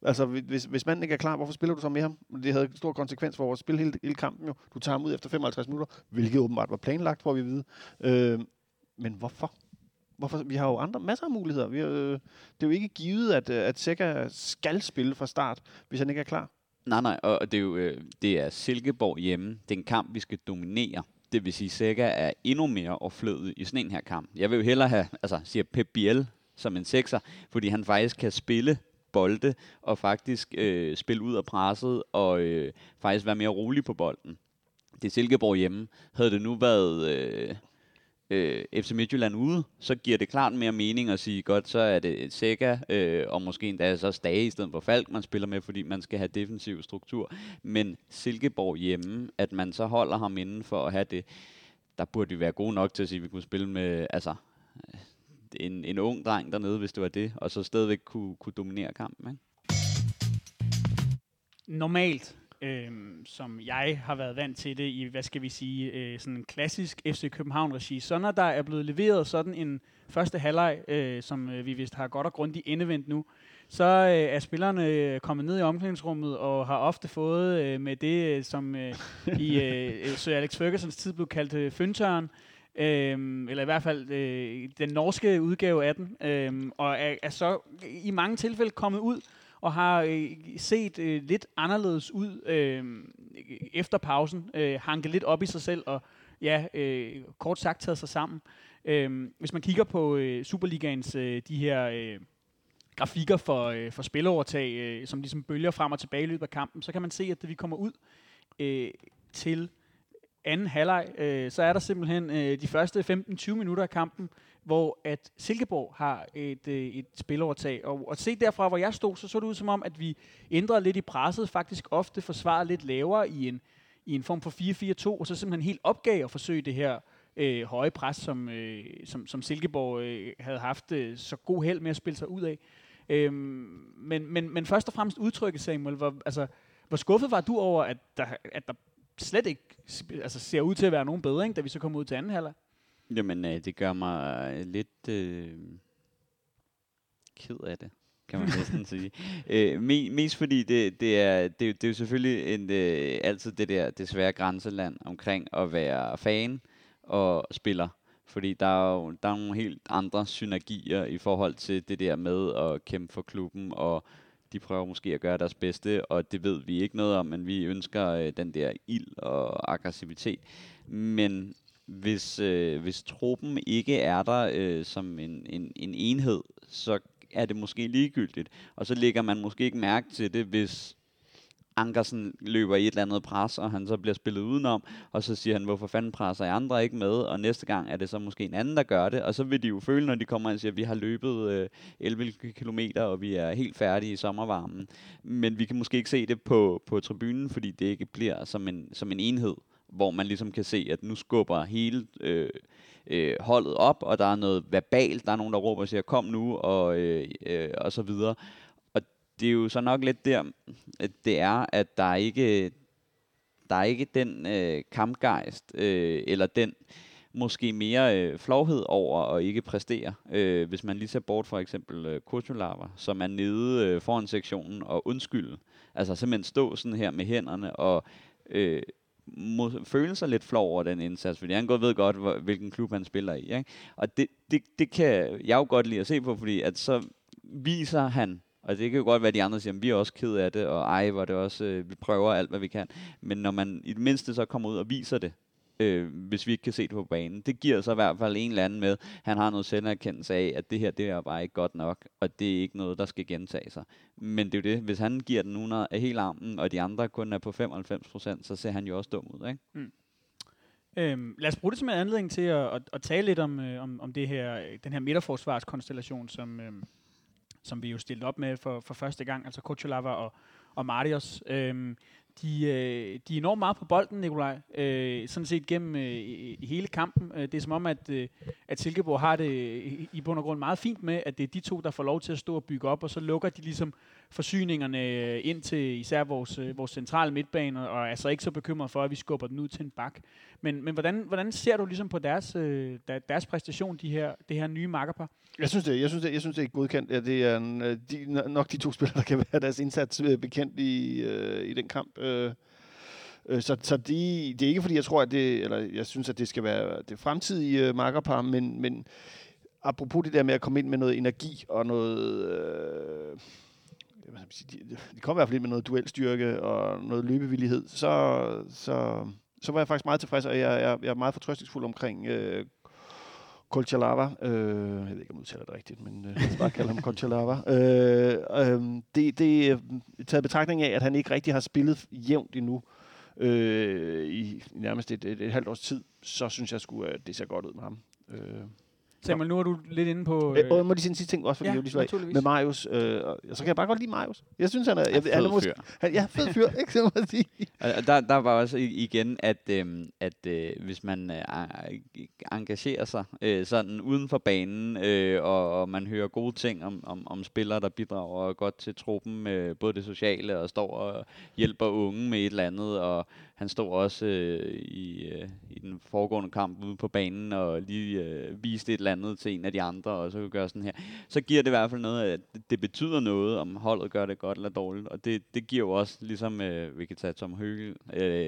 Altså, hvis manden ikke er klar, hvorfor spiller du så med ham? Det havde stor konsekvens for vores spil hele kampen jo. Du tager ham ud efter 55 minutter, hvilket åbenbart var planlagt, får vi at vide. Men hvorfor? Vi har jo masser af muligheder. Det er jo ikke givet, at Zeca skal spille fra start, hvis han ikke er klar. Nej, og det er Silkeborg hjemme. Det er en kamp, vi skal dominere. Det vil sige, at Zeca er endnu mere overflødig i sådan en her kamp. Jeg vil jo hellere have, siger Pep Biel som en sekser, fordi han faktisk kan spille bolde og faktisk spille ud af presset og faktisk være mere rolig på bolden. Det er Silkeborg hjemme. Havde det nu været FC Midtjylland ude, så giver det klart mere mening at sige, godt, så er det Zeca, og måske endda så Stage i stedet for Falk, man spiller med, fordi man skal have defensiv struktur. Men Silkeborg hjemme, at man så holder ham inden for at have det, der burde vi være gode nok til at sige, at vi kunne spille med en ung dreng dernede, hvis det var det, og så stadigvæk kunne dominere kampen, ikke? Normalt, som jeg har været vant til det i, hvad skal vi sige, sådan en klassisk FC København-regi, så når der er blevet leveret sådan en første halvleg, som vi vist har godt og grundigt endevendt nu, så er spillerne kommet ned i omklædningsrummet og har ofte fået med det, som i Sir Alex Fergusons tid blev kaldt føntøren, eller i hvert fald den norske udgave af den, og er så i mange tilfælde kommet ud og har set lidt anderledes ud efter pausen, hanket lidt op i sig selv og kort sagt taget sig sammen. Hvis man kigger på Superligaens de her grafikker for spilovertag, som ligesom bølger frem og tilbage i løbet af kampen, så kan man se, at da vi kommer ud til anden halvleg, så er der simpelthen de første 15-20 minutter af kampen, hvor at Silkeborg har et spilovertag. Og se derfra, hvor jeg stod, så det ud som om, at vi ændrede lidt i presset, faktisk ofte forsvarede lidt lavere i en form for 4-4-2, og så simpelthen helt opgav at forsøge det her høje pres, som Silkeborg havde haft så god held med at spille sig ud af. Men først og fremmest udtrykket, Samuel, hvor skuffet var du over, at der slet ikke ser ud til at være nogen bedring, da vi så kommer ud til anden halvleg? Jamen, det gør mig lidt ked af det, kan man næsten sige. Mest fordi det er jo selvfølgelig altid det svære grænseland omkring at være fan og spiller. Fordi der er nogle helt andre synergier i forhold til det der med at kæmpe for klubben, og de prøver måske at gøre deres bedste, og det ved vi ikke noget om, men vi ønsker den der ild og aggressivitet. Men hvis truppen ikke er der som en enhed, så er det måske ligegyldigt. Og så lægger man måske ikke mærke til det, hvis Ankersen løber i et eller andet pres, og han så bliver spillet udenom, og så siger han, hvorfor fanden presser jeg andre ikke med, og næste gang er det så måske en anden, der gør det, og så vil de jo føle, når de kommer og siger, at vi har løbet 11 kilometer, og vi er helt færdige i sommervarmen. Men vi kan måske ikke se det på tribunen, fordi det ikke bliver som en enhed, hvor man ligesom kan se, at nu skubber hele holdet op, og der er noget verbalt, der er nogen, der råber og siger, kom nu, og så videre. Det er jo så nok lidt der, at det er, at der er ikke den kampgejst, eller den måske mere flovhed over at ikke præstere. Hvis man lige ser bort for eksempel Kutsulava, som er nede foran sektionen og undskylde. Altså simpelthen stå sådan her med hænderne og føle sig lidt flov over den indsats, fordi han godt ved godt, hvilken klub han spiller i. Ikke? Og det kan jeg jo godt lide at se på, fordi at så viser han, og det kan jo godt være, at de andre siger, at vi er også ked af det, og hvor det også, vi prøver alt, hvad vi kan. Men når man i det mindste så kommer ud og viser det, hvis vi ikke kan se det på banen, det giver så i hvert fald en eller anden med, han har noget selverkendelse af, at det her, det er bare ikke godt nok, og det er ikke noget, der skal gentage sig. Men det er jo det, hvis han giver den 100 af hele armen, og de andre kun er på 95%, så ser han jo også dum ud, ikke? Mm. Lad os bruge det som en anledning til at tale lidt om det her, den her midterforsvarskonstellation, som vi jo stillede op med for første gang, altså Kutsulava og Marius. De er enormt meget på bolden, Nikolaj. Sådan set gennem hele kampen. Det er som om, at Silkeborg har det i bund og grund meget fint med, at det er de to, der får lov til at stå og bygge op, og så lukker de ligesom forsyningerne ind til især vores centrale midtbane, og er så ikke så bekymret for, at vi skubber den ud til en bak. Men hvordan ser du ligesom på deres præstation, det her nye makkerpar? Jeg synes det er godkendt. Ja, det er nok de to spillere, der kan være deres indsats bekendt i den kamp. Så det er ikke fordi, jeg tror, at jeg synes, at det skal være det fremtidige makkerpar, men apropos det der med at komme ind med noget energi og noget... de kommer i hvert fald ind med noget duelstyrke og noget løbevillighed, så var jeg faktisk meget tilfreds, og jeg er meget fortrøstningsfuld omkring Kolchalava. Jeg ved ikke, om jeg udtaler det rigtigt, men jeg skal bare kalde ham Kolchalava. Det taget betragtning af, at han ikke rigtig har spillet jævnt endnu i nærmest et halvt års tid, så synes jeg sgu, at det ser godt ud med ham. Samuel, nu er du lidt inde på... må de sige en sidste ting også, fordi jeg lige med Marius. Så kan jeg bare godt lide Marius. Jeg synes, han er... fed fyr. Fed fyr, ikke? Så må sige. Der var også igen, at hvis man engagerer sig sådan uden for banen, og man hører gode ting om spillere, der bidrager godt til truppen med både det sociale, og står og hjælper unge med et eller andet, og han stod også i den foregående kamp ude på banen, og lige viste et eller andet til en af de andre, og så kunne gøre sådan her. Så giver det i hvert fald noget, at det betyder noget, om holdet gør det godt eller dårligt. Og det giver jo også, ligesom vi kan tage Tom Høgel,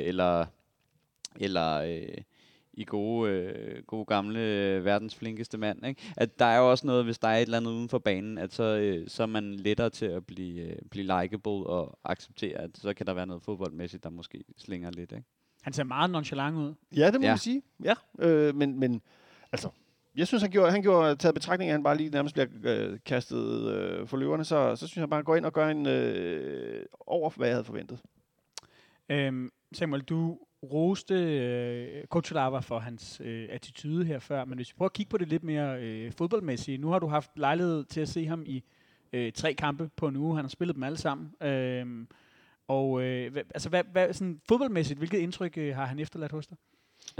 eller i gode gamle verdens flinkeste mand, ikke? At der er jo også noget, hvis der er et eller andet uden for banen, at så er man lettere til at blive likeable og acceptere, at så kan der være noget fodboldmæssigt, der måske slinger lidt, ikke? Han ser meget nonchalant ud. Ja, det må man sige. Ja, men altså, jeg synes, han gjorde taget betragtning af, at han bare lige nærmest bliver kastet for løverne, så synes jeg bare, at gå ind og gøre en over, hvad jeg havde forventet. Samuel, du roste Kolchalava for hans attitude her før, men hvis vi prøver at kigge på det lidt mere fodboldmæssigt, nu har du haft lejlighed til at se ham i 3 kampe på en uge. Han har spillet dem alle sammen. Hvad sådan fodboldmæssigt, hvilket indtryk har han efterladt hos dig?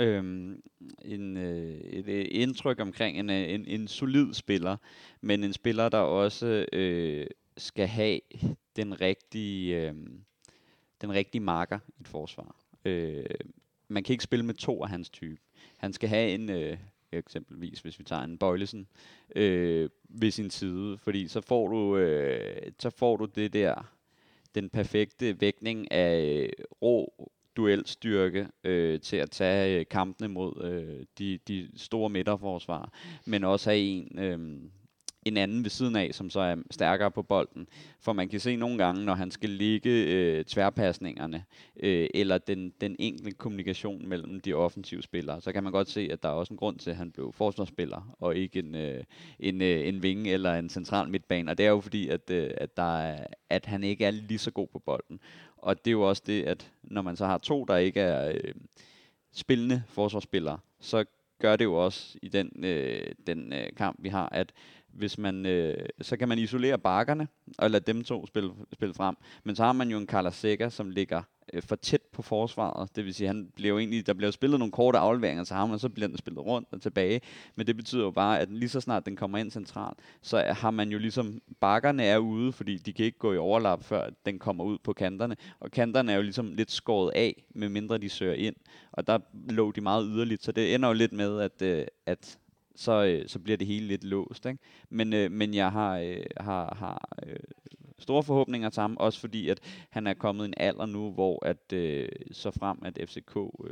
Et indtryk omkring en solid spiller, men en spiller, der også skal have den rigtige marker i et forsvar. Man kan ikke spille med 2 af hans type. Han skal have en, eksempelvis hvis vi tager en Bøjlesen ved sin side, fordi så får du det der, den perfekte vægtning af rå duelstyrke til at tage kampene mod de store midterforsvar, men også have en anden ved siden af, som så er stærkere på bolden. For man kan se nogle gange, når han skal ligge tværpasningerne, eller den enkelte kommunikation mellem de offensive spillere, så kan man godt se, at der er også en grund til, at han blev forsvarsspiller, og ikke en vinge eller en central midtbane. Og det er jo fordi, at han ikke er lige så god på bolden. Og det er jo også det, at når man så har 2, der ikke er spillende forsvarsspillere, så gør det jo også i den kamp, vi har, at hvis man, så kan man isolere bakkerne og lade dem 2 spille frem. Men så har man jo en Carlos Seca, som ligger for tæt på forsvaret. Det vil sige, der bliver spillet nogle korte afleveringer, så bliver den spillet rundt og tilbage. Men det betyder jo bare, at lige så snart den kommer ind centralt, så har man jo ligesom, bakkerne er ude, fordi de kan ikke gå i overlap, før den kommer ud på kanterne. Og kanterne er jo ligesom lidt skåret af, medmindre de søger ind. Og der lå de meget yderligt, så det ender jo lidt med, at så bliver det hele lidt låst, ikke? Men jeg har store forhåbninger til ham, også fordi at han er kommet i en alder nu, hvor at så frem at FCK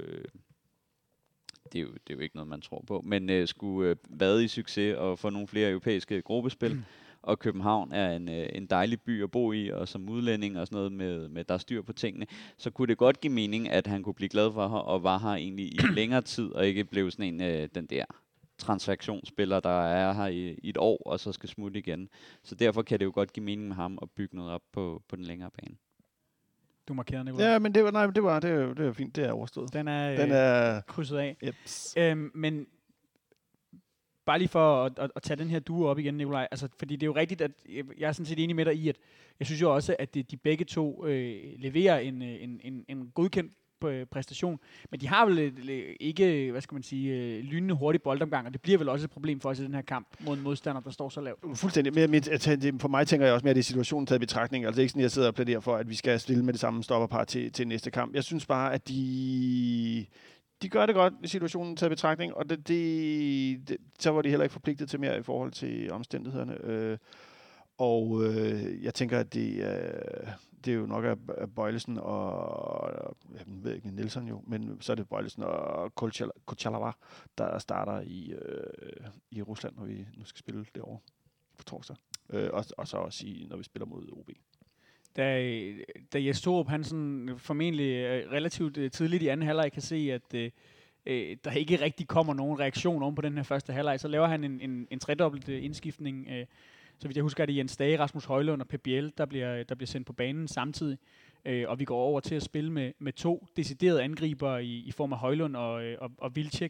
det er jo ikke noget man tror på, men skulle vade i succes og få nogle flere europæiske gruppespil. Og København er en dejlig by at bo i, og som udlænding og sådan noget med der er styr på tingene, så kunne det godt give mening, at han kunne blive glad for her og var her egentlig i længere tid, og ikke blev sådan en den der transaktionsspiller, der er her i et år, og så skal smutte igen. Så derfor kan det jo godt give mening med ham at bygge noget op på den længere bane. Du markerer, Nicolai. Ja, men det var fint. Det er overstået. Den er krydset af. Yep. Men bare lige for at tage den her duo op igen, Nikolaj. Altså, fordi det er jo rigtigt, at jeg er sådan set enig med dig i, at jeg synes jo også, at de begge to leverer en godkendt præstation. Men de har vel ikke, hvad skal man sige, lynende hurtig boldomgang, og det bliver vel også et problem for os i den her kamp mod en modstander, der står så lavt. Fuldstændig. For mig tænker jeg også mere, at det er situationen taget i betragtning. Altså det er ikke sådan, at jeg sidder og plæderer for, at vi skal stille med det samme stopperpar til næste kamp. Jeg synes bare, at de gør det godt i situationen taget i betragtning, og så var de heller ikke forpligtet til mere i forhold til omstændighederne. Jeg tænker, at det er jo nok af Bøjlesen og jeg ved ikke, Nielsen jo, men så er det Bøjlesen og Kuchalava, der starter i Rusland, når vi nu skal spille derovre på torsdag. Og så også når vi spiller mod OB. Da Jes Torup, han sådan formentlig relativt tidligt i anden halvleg kan se, at der ikke rigtig kommer nogen reaktion oven på den her første halvleg, så laver han en tredobbelt indskiftning. Så vidt jeg husker, er det Jens Dage, Rasmus Højlund og Pep Biel, der bliver sendt på banen samtidig. Og vi går over til at spille med to deciderede angriber i form af Højlund og Wilczek.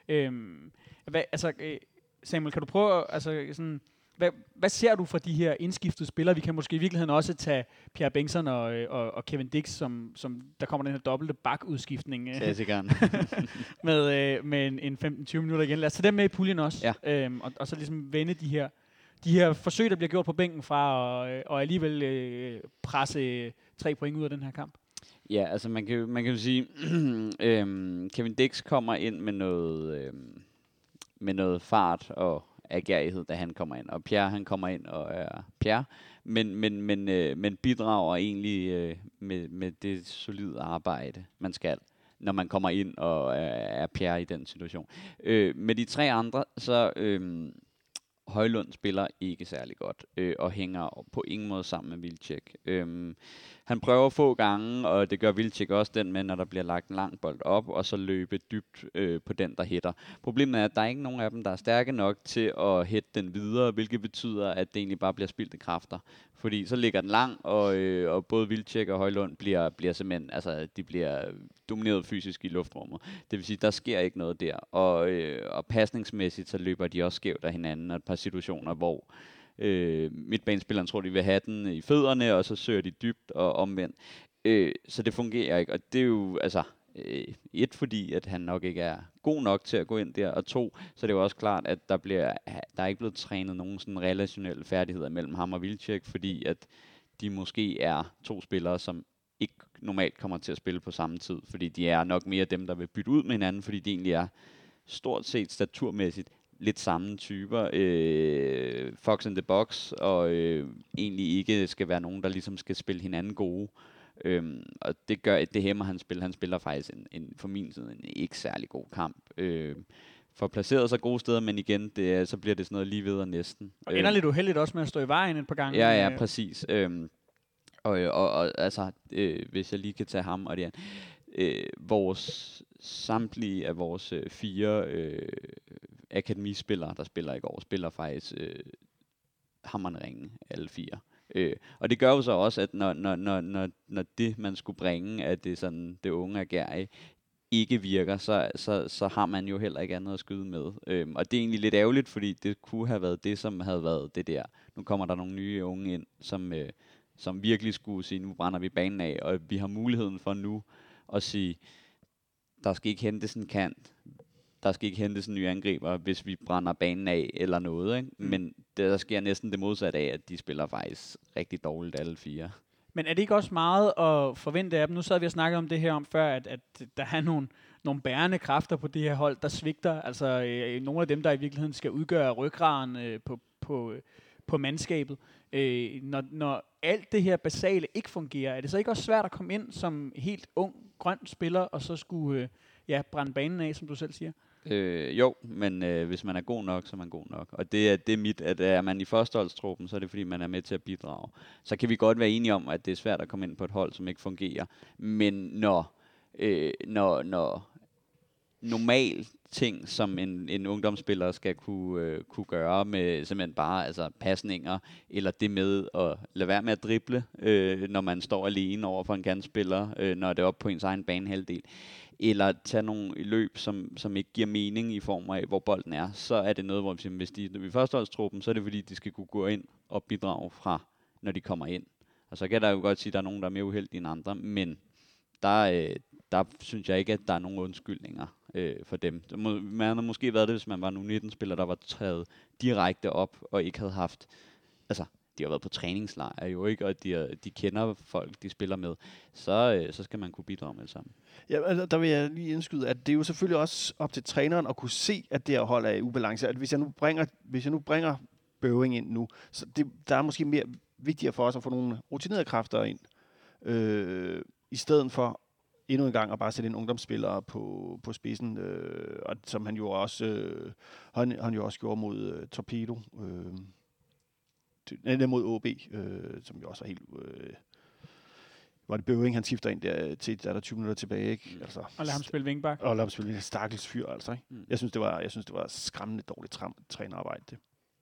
Samuel, kan du prøve hvad ser du fra de her indskiftede spillere? Vi kan måske i virkeligheden også tage Pierre Bengtsson og Kevin Dix, som der kommer den her dobbelte bakudskiftning med en 15-20 minutter igen. Lad os tage dem med i puljen også, og så ligesom vende de her forsøg, der bliver gjort på bænken fra, og alligevel presse 3 point ud af den her kamp. Ja, altså man kan jo sige, Kevin Dix kommer ind med noget fart og agerighed, da han kommer ind. Og Pierre, han kommer ind og er Pierre, men bidrager egentlig med det solide arbejde, man skal, når man kommer ind og er Pierre i den situation. Med de 3 andre, så Højlund spiller ikke særlig godt, og hænger på ingen måde sammen med Wilczek. Han prøver få gange, og det gør Wilczek også den med, når der bliver lagt en lang bold op, og så løbe dybt på den, der hætter. Problemet er, at der er ikke nogen af dem, der er stærke nok til at hætte den videre, hvilket betyder, at det egentlig bare bliver spildte kræfter. Fordi så ligger den lang, og både Wilczek og Højlund bliver simpelthen, altså de bliver domineret fysisk i luftrummet. Det vil sige, der sker ikke noget der. Og pasningsmæssigt, så løber de også skævt af hinanden, og et par situationer, hvor midtbanespilleren tror, de vil have den i fødderne, og så søger de dybt og omvendt. Så det fungerer ikke, og det er jo, altså, fordi at han nok ikke er god nok til at gå ind der, og 2, så er det jo også klart, at der er ikke blevet trænet nogen sådan relationelle færdigheder mellem ham og Wilczek, fordi at de måske er 2 spillere, som ikke normalt kommer til at spille på samme tid, fordi de er nok mere dem, der vil bytte ud med hinanden, fordi de egentlig er stort set staturmæssigt lidt samme typer, Fox in the box, og egentlig ikke skal være nogen, der ligesom skal spille hinanden gode. Og det hæmmer hans spil. Han spiller faktisk for min side en ikke særlig god kamp. Får placeret sig gode steder, men igen, så bliver det sådan noget lige ved og næsten. Og ender lidt uheldigt også med at stå i vejen et par gange. Ja, præcis. Og altså, hvis jeg lige kan tage ham og det samtlige af vores 4 akademispillere, der spiller i går, spiller faktisk hammerende ringe, alle 4. Og det gør jo så også, at når det, man skulle bringe af det, sådan, det unge agerige, ikke virker, så har man jo heller ikke andet at skyde med. Og det er egentlig lidt ærgerligt, fordi det kunne have været det, som havde været det der. Nu kommer der nogle nye unge ind, som virkelig skulle sige, nu brænder vi banen af, og vi har muligheden for nu at sige, der skal ikke hentes en kant, der skal ikke hentes en ny angriber, hvis vi brænder banen af eller noget, ikke? Men der sker næsten det modsatte af, at de spiller faktisk rigtig dårligt alle 4. Men er det ikke også meget at forvente af dem? Nu sad vi og snakkede om det her om før, at der er nogle bærende kræfter på det her hold, der svigter. Altså nogle af dem, der i virkeligheden skal udgøre ryggraden på mandskabet. Når alt det her basale ikke fungerer, er det så ikke også svært at komme ind som helt ung, grøn spiller, og så skulle brænde banen af, som du selv siger? Jo, men hvis man er god nok, så er man god nok. Og det er mit, at er man i førsteholdstruppen, så er det fordi, man er med til at bidrage. Så kan vi godt være enige om, at det er svært at komme ind på et hold, som ikke fungerer. Men når normal ting, som en ungdomsspiller skal kunne gøre med simpelthen bare altså pasninger, eller det med at lade være med at drible, når man står alene over for en kantspiller, når det er oppe på ens egen banehalvdel, eller tage nogle løb, som ikke giver mening i form af, hvor bolden er, så er det noget, hvor vi siger, hvis de er i førsteholdstruppen, så er det fordi, de skal kunne gå ind og bidrage fra, når de kommer ind. Og så kan der jo godt sige, at der er nogen, der er mere uheldige end andre, men der synes jeg ikke, at der er nogen undskyldninger for dem. Man havde måske været det, hvis man var en U19-spiller, der var taget direkte op, og ikke havde haft, altså, de har været på træningslejr jo ikke, og de kender folk, de spiller med, så skal man kunne bidrage med det sammen. Ja, altså, der vil jeg lige indskyde, at det er jo selvfølgelig også op til træneren at kunne se, at det her hold er i ubalance. At hvis jeg nu bringer Bøving ind nu, så der er måske mere vigtigere for os at få nogle rutinerede kræfter ind, i stedet for endnu en gang at bare sætte en ungdomsspiller på spidsen, og som han jo også han jo også gjorde mod Torpedo, mod OB, som jo også er helt var det Bøving, han skifter ind der til, der er 20 minutter tilbage, ikke? Altså, Og lad ham spille vingbak. Og lad ham spille en stakkels fyr, altså, ikke? Jeg synes, det var skræmmende dårligt trænerarbejde, det.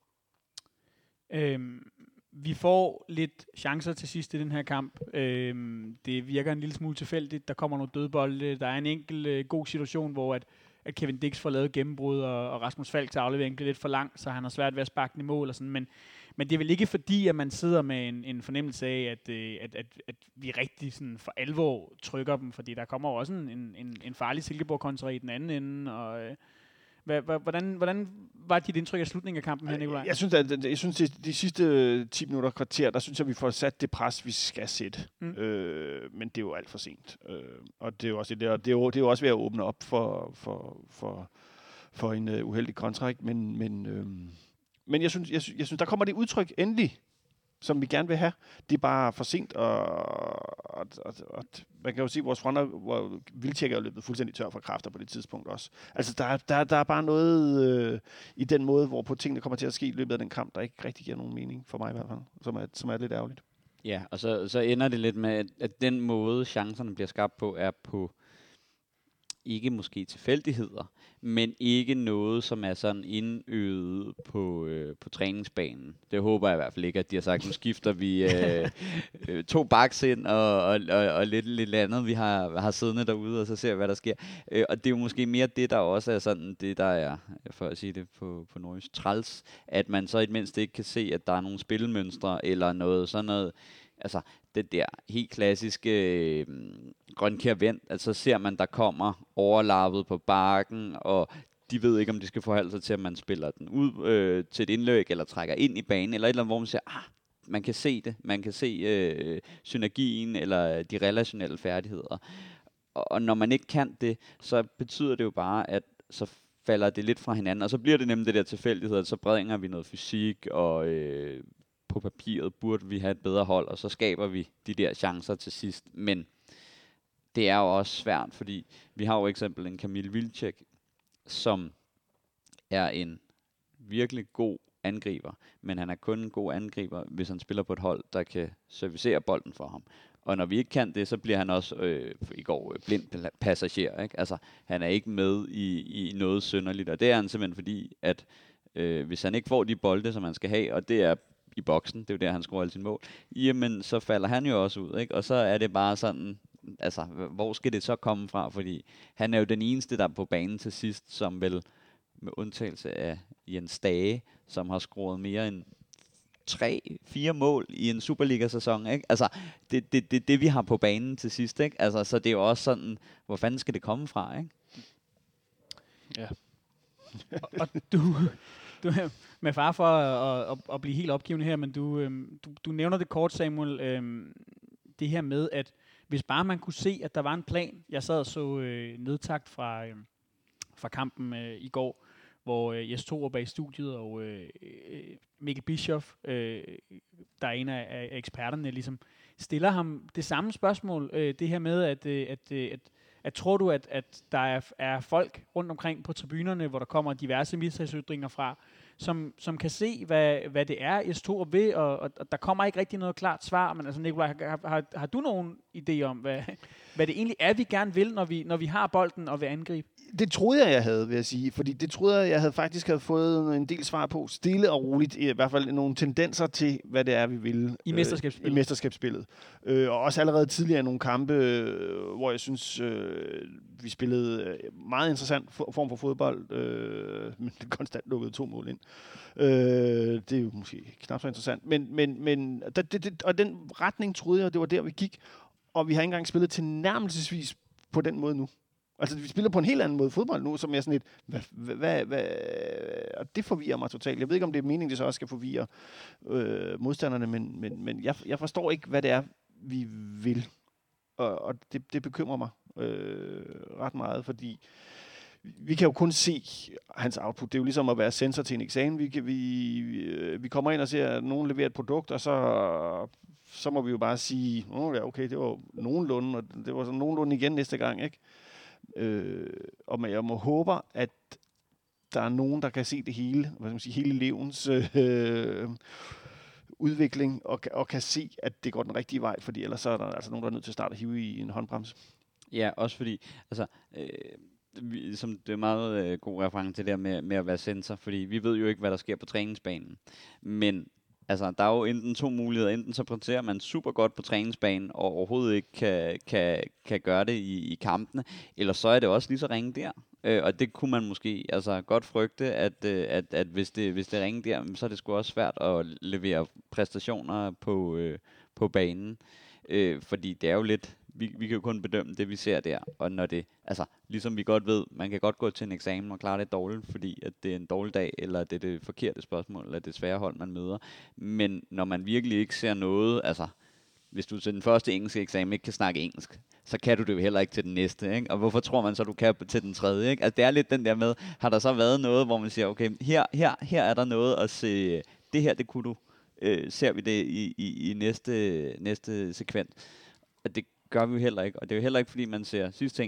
Vi får lidt chancer til sidst i den her kamp. Det virker en lille smule tilfældigt. Der kommer nogle dødbolde. Der er en enkelt god situation, hvor at Kevin Dix får lavet gennembrud, og Rasmus Falk til aflevering bliver lidt for lang, så han har svært ved at sparke den i mål og sådan. Men det er vel ikke fordi, at man sidder med en fornemmelse af, at vi rigtig sådan for alvor trykker dem, fordi der kommer jo også en farlig Silkeborg-kontra i den anden ende, og hvordan var dit indtryk af slutningen af kampen her, Nikolaj? Jeg synes, at de sidste 10 minutter kvarter, der synes jeg, vi får sat det pres, vi skal sætte. Men det er jo alt for sent. Og det er jo også det er jo også ved at åbne op for en uheldig kontrakt. Men jeg synes, der kommer det udtryk endelig, som vi gerne vil have. Det er bare for sent, og man kan jo se, at vores fronter, hvor Vildtjek er løbet fuldstændig tør for kræfter på det tidspunkt også. Altså, der er bare noget i den måde, hvorpå tingene kommer til at ske i løbet af den kamp, der ikke rigtig giver nogen mening, for mig i hvert fald, som er lidt ærgerligt. Ja, og så ender det lidt med, at den måde, chancerne bliver skabt på, er på ikke måske tilfældigheder, men ikke noget, som er sådan indøvet på træningsbanen. Det håber jeg i hvert fald ikke, at de har sagt, nu skifter vi 2 backs ind og lidt andet, vi har siddende derude, og så ser vi, hvad der sker. Og det er jo måske mere det, der også er sådan, det der er, for at sige det på nordjysk, træls, at man så i det mindste ikke kan se, at der er nogle spillemønstre, eller noget sådan noget. Altså, det der helt klassiske grønkær vendt, altså ser man, der kommer overlappet på bakken, og de ved ikke, om de skal forholde sig til, at man spiller den ud til et indløb, eller trækker ind i banen, eller et eller andet, hvor man siger, man kan se det, man kan se synergien, eller de relationelle færdigheder. Og når man ikke kan det, så betyder det jo bare, at så falder det lidt fra hinanden, og så bliver det nemlig det der tilfældighed, så bringer vi noget fysik, og på papiret burde vi have et bedre hold, og så skaber vi de der chancer til sidst. Men det er jo også svært, fordi vi har jo eksempel en Kamil Vildtjek, som er en virkelig god angriber, men han er kun en god angriber, hvis han spiller på et hold, der kan servicere bolden for ham. Og når vi ikke kan det, så bliver han også i går blind passager. Ikke? Altså, han er ikke med i noget synderligt, og det er han simpelthen fordi, at hvis han ikke får de bolde, som han skal have, og det er i boksen, det er jo der, han scorer alle sine mål, jamen så falder han jo også ud, ikke? Og så er det bare sådan, altså, hvor skal det så komme fra? Fordi han er jo den eneste, der er på banen til sidst, som vel, med undtagelse af Jens Dage, som har scoret mere end 3-4 mål i en Superliga-sæson, ikke? Altså, det vi har på banen til sidst, ikke? Altså, så det er jo også sådan, hvor fanden skal det komme fra, ikke? Ja. Og du med far for at blive helt opgivende her, men du nævner det kort, Samuel, det her med, at hvis bare man kunne se, at der var en plan. Jeg sad og så nedtakt fra kampen i går, hvor Jes Torup er i studiet, og Mikkel Bischoff, der er en af eksperterne, ligesom stiller ham det samme spørgsmål. Det her med, at tror du, at der er folk rundt omkring på tribunerne, hvor der kommer diverse mistagsytringer fra, som kan se, hvad det er, Jes Torup vil, og der kommer ikke rigtig noget klart svar. Men altså, Nikolaj, har du nogen idé om, hvad det egentlig er, vi gerne vil, når vi har bolden og vil angribe? Det troede jeg havde, vil jeg sige. Fordi det troede jeg faktisk havde fået en del svar på. Stille og roligt. I hvert fald nogle tendenser til, hvad det er, vi vil. I mesterskabsspillet. I mesterskabsspillet. Og også allerede tidligere nogle kampe, hvor jeg synes, vi spillede meget interessant form for fodbold. Men det konstant lukkede 2 mål ind. Det er jo måske knap så interessant. Men og den retning troede jeg, det var der, vi gik. Og vi har ikke engang spillet tilnærmelsesvis på den måde nu. Altså, vi spiller på en helt anden måde fodbold nu, som er sådan og det forvirrer mig totalt. Jeg ved ikke, om det er meningen, det så også skal forvirre modstanderne, men jeg forstår ikke, hvad det er, vi vil. Og det bekymrer mig ret meget, fordi vi kan jo kun se hans output. Det er jo ligesom at være sensor til en eksamen. Vi kommer ind og ser, at nogen leverer et produkt, og så må vi jo bare sige, ja, okay, det var nogenlunde, og det var så nogenlunde igen næste gang, ikke? Og jeg må håbe, at der er nogen, der kan se det hele, hvad skal man sige, hele elevens udvikling, og kan se, at det går den rigtige vej, fordi ellers så er der altså nogen, der er nødt til at starte at hive i en håndbremse. Ja, også fordi, altså, som det er meget god reference til det der med at være sensor, fordi vi ved jo ikke, hvad der sker på træningsbanen, men altså, der er jo enten 2 muligheder. Enten så præsterer man super godt på træningsbanen, og overhovedet ikke kan gøre det i kampene, eller så er det også lige så ringe der. Og det kunne man måske altså godt frygte, at hvis det ringer der, så er det sgu også svært at levere præstationer på banen. Fordi det er jo lidt, vi kan jo kun bedømme det, vi ser der. Og når det, altså ligesom vi godt ved, man kan godt gå til en eksamen og klare det dårligt, fordi at det er en dårlig dag, eller det er det forkerte spørgsmål, eller det svære hold, man møder. Men når man virkelig ikke ser noget, altså hvis du til den første engelske eksamen ikke kan snakke engelsk, så kan du det jo heller ikke til den næste, ikke? Og hvorfor tror man så, du kan til den tredje, ikke? Altså det er lidt den der med, har der så været noget, hvor man siger, okay, her er der noget at se, det her, det kunne du, ser vi det i næste sekvens. Og det gør vi jo heller ikke, og det er jo heller ikke, fordi man ser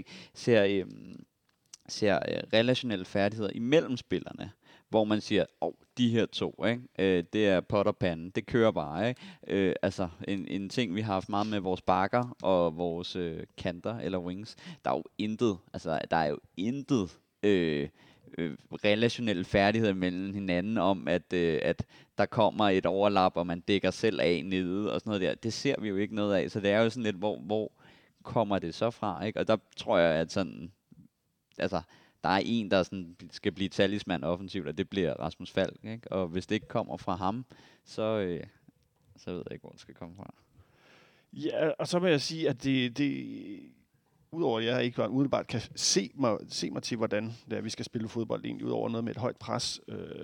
relationelle færdigheder imellem spillerne, hvor man siger, de her 2, ikke? Det er pot og pande, det kører bare, ikke? Altså en ting, vi har haft meget med vores bakker og vores kanter eller wings, der er jo intet relationelle færdigheder mellem hinanden om, at der kommer et overlap, og man dækker selv af nede og sådan noget der. Det ser vi jo ikke noget af, så det er jo sådan lidt, hvor kommer det så fra, ikke? Og der tror jeg, at sådan, altså, der er en, der sådan skal blive talisman offensivt, og det bliver Rasmus Falk, ikke? Og hvis det ikke kommer fra ham, så ved jeg ikke, hvor det skal komme fra. Ja, og så vil jeg sige, at det udover at jeg ikke umiddelbart kan se mig til, hvordan det er, vi skal spille fodbold egentlig, udover noget med et højt pres,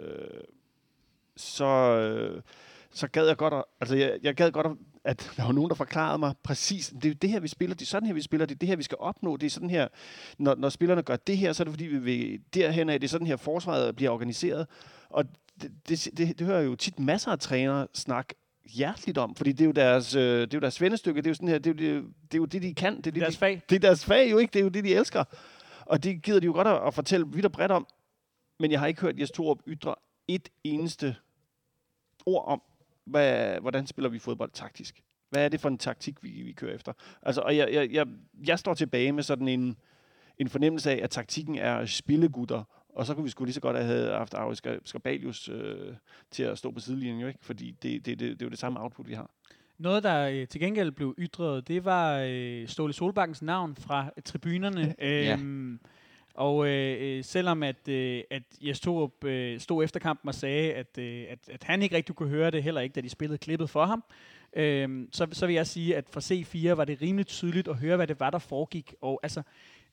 så gad jeg godt, jeg gad godt, at der var nogen, der forklarede mig præcis, det er jo det her, vi spiller, det er sådan her, vi spiller, det er det her, vi skal opnå, det er sådan her, når spillerne gør det her, så er det fordi, vi vil derhen af, det er sådan her, forsvaret bliver organiseret, og det hører jo tit masser af trænere snakke hjerteligt om, fordi det er jo deres vennestykke, det er jo sådan her, det er jo det, de kan. Det er deres fag. Det er deres fag jo ikke, det er jo det, de elsker. Og det gider de jo godt at fortælle vidt og bredt om, men jeg har ikke hørt Jes Torup ytre et eneste ord om, hvordan spiller vi fodbold taktisk. Hvad er det for en taktik, vi kører efter? Altså, og jeg står tilbage med sådan en fornemmelse af, at taktikken er spillegutter, og så kunne vi sgu lige så godt have haft Aris Skabalius til at stå på sidelinjen, jo ikke? Fordi det er jo det samme output, vi har. Noget, der til gengæld blev ytret, det var Ståle Solbakkens navn fra tribunerne. Ja. Og selvom at Jes Torup stod efter kampen og sagde, at han ikke rigtig kunne høre det, heller ikke, da de spillede klippet for ham, så vil jeg sige, at for C4 var det rimelig tydeligt at høre, hvad det var, der foregik. Og altså,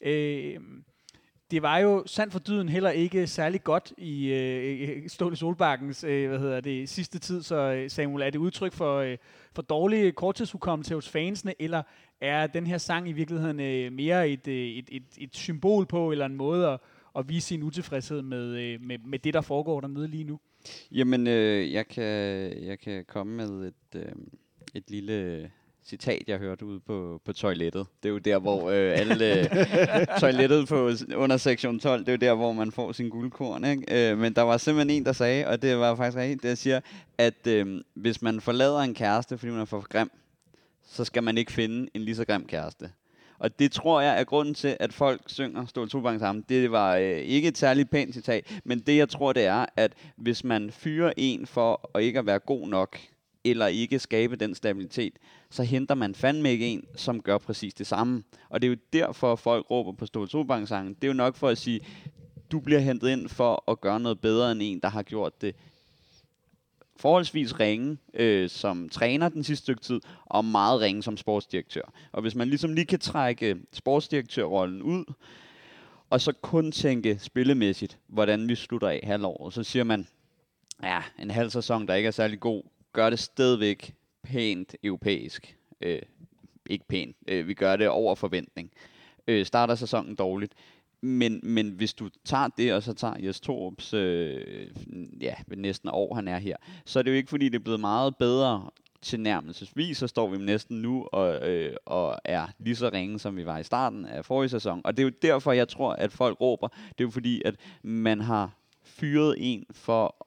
det var jo sandt for dyden heller ikke særlig godt i Ståle Solbakkens sidste tid, så Samuel, er det udtryk for dårlig korttidshukommelse hos fansene, eller er den her sang i virkeligheden mere et symbol på, eller en måde at vise sin utilfredshed med det, der foregår dernede lige nu? Jamen, jeg kan komme med et lille citat, jeg hørte ude på toilettet. Det er jo der, hvor alle toilettet på under sektion 12, det er jo der, hvor man får sin guldkorn, ikke? Men der var simpelthen en, der sagde, og det var faktisk rigtigt, der siger, at hvis man forlader en kæreste, fordi man er for grim, så skal man ikke finde en lige så grim kæreste. Og det tror jeg er grunden til, at folk synger Ståle Solbakken sammen. Det var ikke et særligt pænt citat, men det jeg tror, det er, at hvis man fyrer en for at ikke at være god nok, eller ikke skabe den stabilitet, så henter man fandme ikke en, som gør præcis det samme. Og det er jo derfor, folk råber på Ståle Solbakken sangen. Det er jo nok for at sige, du bliver hentet ind for at gøre noget bedre end en, der har gjort det forholdsvis ringe som træner den sidste stykke tid, og meget ringe som sportsdirektør. Og hvis man ligesom lige kan trække sportsdirektørrollen ud, og så kun tænke spillemæssigt, hvordan vi slutter af halvåret, så siger man, ja, en halv sæson, der ikke er særlig god, gør det stadigvæk pænt europæisk. Ikke pænt. Vi gør det over forventning. Starter sæsonen dårligt. Men hvis du tager det, og så tager Jes Torups næsten år, han er her, så er det jo ikke, fordi det er blevet meget bedre tilnærmelsesvis, så står vi næsten nu og er lige så ringe, som vi var i starten af forrige sæson. Og det er jo derfor, jeg tror, at folk råber. Det er jo fordi, at man har fyret en for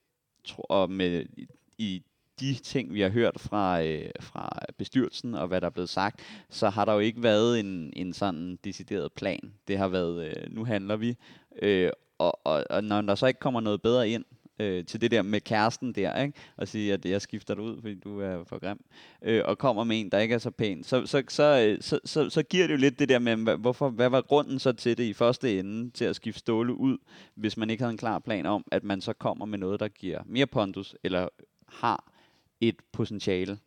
i de ting, vi har hørt fra bestyrelsen, og hvad der er blevet sagt, så har der jo ikke været en sådan decideret plan. Det har været, nu handler vi, og når der så ikke kommer noget bedre ind til det der med kæresten der, ikke? Og sige, at jeg skifter dig ud, fordi du er for grim, og kommer med en, der ikke er så pæn, så giver det jo lidt det der med, hvad var grunden så til det i første ende, til at skifte Ståle ud, hvis man ikke havde en klar plan om, at man så kommer med noget, der giver mere pondus, eller har et potentiale.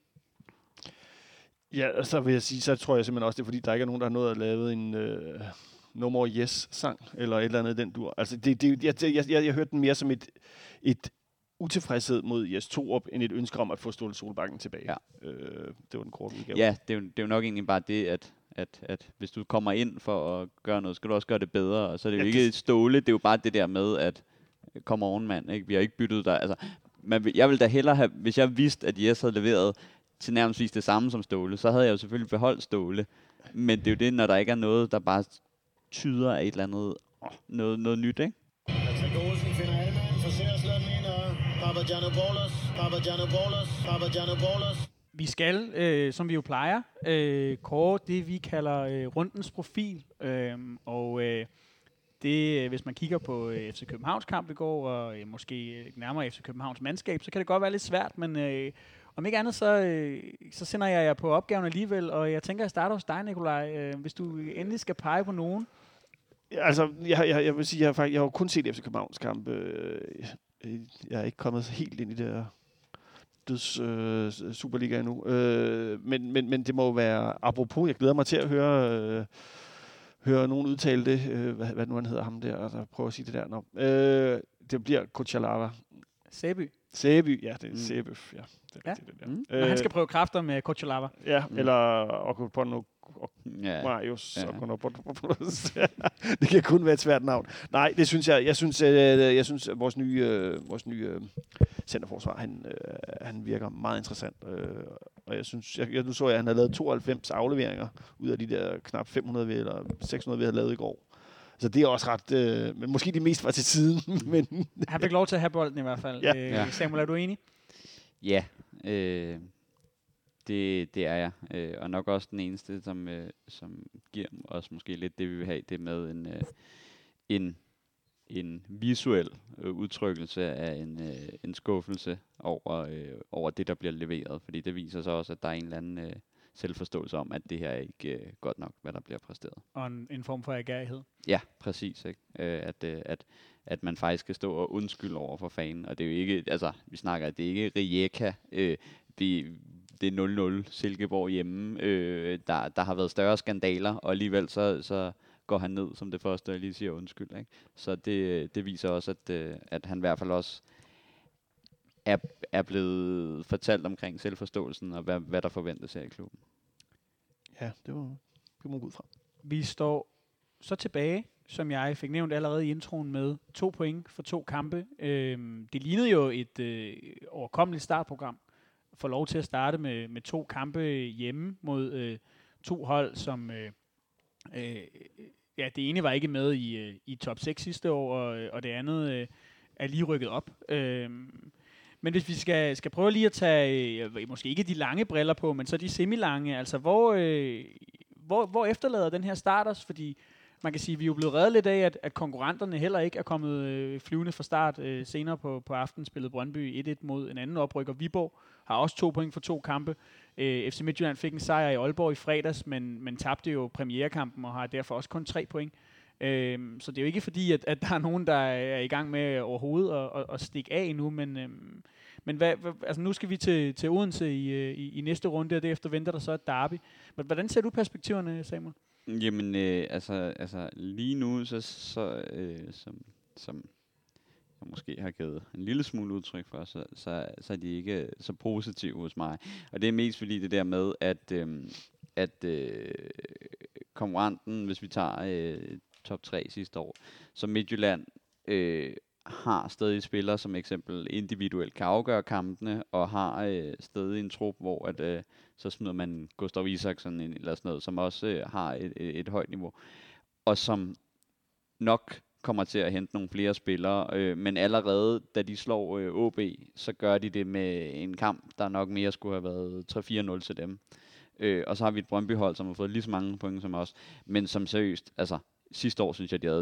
Ja, så vil jeg sige, så tror jeg simpelthen også, det er fordi, der ikke er nogen, der har nået at lave en No More Yes-sang, eller et eller andet den dur. Altså, jeg hørte den mere som et utilfredshed mod Jes Torup, end et ønske om at få Ståle Solbakken tilbage. Ja. Det var den korte udgave. Ja, det er jo nok egentlig bare det, at hvis du kommer ind for at gøre noget, skal du også gøre det bedre, og så er det jo ikke et Ståle, det er jo bare det der med, at come on, mand, ikke? Vi har ikke byttet dig, altså. Jeg ville da hellere have, hvis jeg vidste, at Jes havde leveret til nærmest det samme som Ståle, så havde jeg jo selvfølgelig beholdt Ståle. Men det er jo det, når der ikke er noget, der bare tyder af et eller andet, noget nyt, ikke? Patrick Olsen finder Alman, forsøger at slå den ind, og Papagianopoulos. Vi skal, som vi jo plejer, kåre det, vi kalder rundens profil. Det, hvis man kigger på FC Københavns kamp i går, og måske nærmere FC Københavns mandskab, så kan det godt være lidt svært, men om ikke andet, så sender jeg jer på opgaven alligevel, og jeg tænker, at jeg starter hos dig, Nikolaj, hvis du endelig skal pege på nogen. Altså, jeg vil sige, jeg har jo kun set FC Københavns kamp. Jeg er ikke kommet helt ind i det her døds Superliga endnu. Men det må jo være, apropos, jeg glæder mig til at høre nogen udtale det, hvad nu han hedder ham der, og prøve at sige det der. Det bliver Kochalava. Sæby, ja, det er Sæby, ja. Det er det der. Når han skal prøve kræfter med Kochalava. Ja, eller Okupono Marius. Det kan kun være et svært navn. Nej, det synes jeg. Jeg synes at vores nye centerforsvar, han virker meget interessant. Og jeg synes, nu så jeg, at han har lavet 92 afleveringer ud af de der knap 500 eller 600, vi havde lavet i går. Så det er også ret, men måske de mest var til siden. Men han fik lov til at have bolden i hvert fald. Ja. Samuel, er du enig? Ja, det er jeg. Og nok også den eneste, som giver os måske lidt det, vi vil have, det med en visuel udtrykkelse af en skuffelse over det, der bliver leveret. Fordi det viser sig også, at der er en eller anden selvforståelse om, at det her er ikke godt nok, hvad der bliver præsteret. Og en form for agerighed. Ja, præcis. Ikke? At man faktisk skal stå og undskylde over for fanen. Og det er jo ikke, altså, vi snakker, det er ikke Rijeka, det er 0-0 Silkeborg hjemme. Der har været større skandaler, og alligevel så går han ned som det første, og lige siger undskyld. Ikke? Så det viser også, at han i hvert fald også er blevet fortalt omkring selvforståelsen, og hvad der forventes her i klubben. Ja, det må gå ud fra. Vi står så tilbage, som jeg fik nævnt allerede i introen, med 2 point for 2 kampe. Det lignede jo et overkommeligt startprogram får lov til at starte med 2 kampe hjemme mod 2 hold, som det ene var ikke med i top 6 sidste år, og det andet er lige rykket op. Men hvis vi skal prøve lige at tage, måske ikke de lange briller på, men så de semilange, altså hvor efterlader den her start os? Fordi man kan sige, at vi er jo blevet reddet lidt af, at konkurrenterne heller ikke er kommet flyvende fra start. Senere på aftenen spillede Brøndby 1-1 mod en anden oprykker. Viborg har også 2 point for 2 kampe. FC Midtjylland fik en sejr i Aalborg i fredags, men tabte jo premierekampen og har derfor også kun 3 point. Så det er jo ikke fordi, at der er nogen, der er i gang med overhovedet at stikke af endnu, men altså nu skal vi til Odense i næste runde, og derefter venter der så et derby. Men hvordan ser du perspektiverne, Samuel? Jamen, altså lige nu, som jeg måske har givet en lille smule udtryk for, så er de ikke så positive hos mig. Og det er mest fordi det der med, at konkurrenten, hvis vi tager top 3 sidste år, så Midtjylland har stadig spillere, som eksempel individuelt kan afgøre kampene, og har stadig en trup, hvor så smider man Gustav Isaksen ind, eller sådan noget, som også har et højt niveau, og som nok kommer til at hente nogle flere spillere, men allerede da de slår OB, så gør de det med en kamp, der nok mere skulle have været 3-4-0 til dem. Og så har vi et Brøndby-hold, som har fået lige så mange point som os, men som seriøst, altså sidste år synes jeg, de havde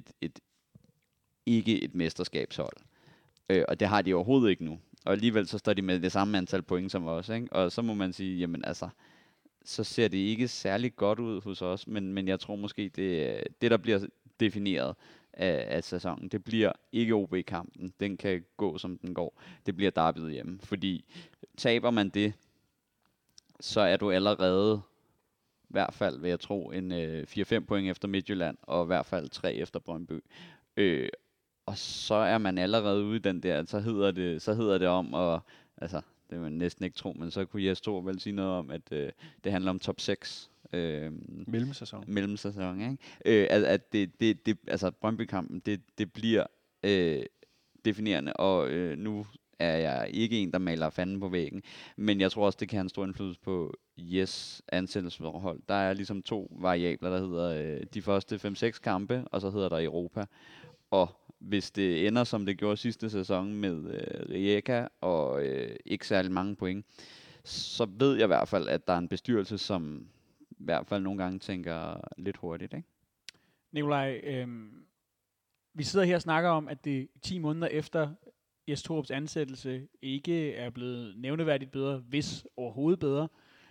ikke et mesterskabshold. Og det har de overhovedet ikke nu. Og alligevel så står de med det samme antal point som os, ikke? Og så må man sige, jamen altså, så ser det ikke særlig godt ud hos os, men jeg tror måske, det der bliver defineret af sæsonen, det bliver ikke OB-kampen. Den kan gå, som den går. Det bliver derbyet hjemme. Fordi taber man det, så er du allerede i hvert fald, vil jeg tro, en 4-5 point efter Midtjylland, og i hvert fald 3 efter Brøndby. Og så er man allerede ude i den der, så hedder det om, og altså, det vil man næsten ikke tro, men så kunne Jes Thor vel sige noget om, at det handler om top 6. Mellemsæson, ikke? At det altså Brøndby-kampen, det bliver definerende, og nu er jeg ikke en, der maler fanden på væggen, men jeg tror også, det kan have en stor indflydelse på Jes ansættelsesforhold. Der er ligesom 2 variabler, der hedder de første 5-6 kampe, og så hedder der Europa. Og hvis det ender, som det gjorde sidste sæson med Rijeka og ikke særlig mange point, så ved jeg i hvert fald, at der er en bestyrelse, som i hvert fald nogle gange tænker lidt hurtigt, ikke? Nikolaj, vi sidder her og snakker om, at det 10 måneder efter Jes Torups ansættelse ikke er blevet nævneværdigt bedre, hvis overhovedet bedre.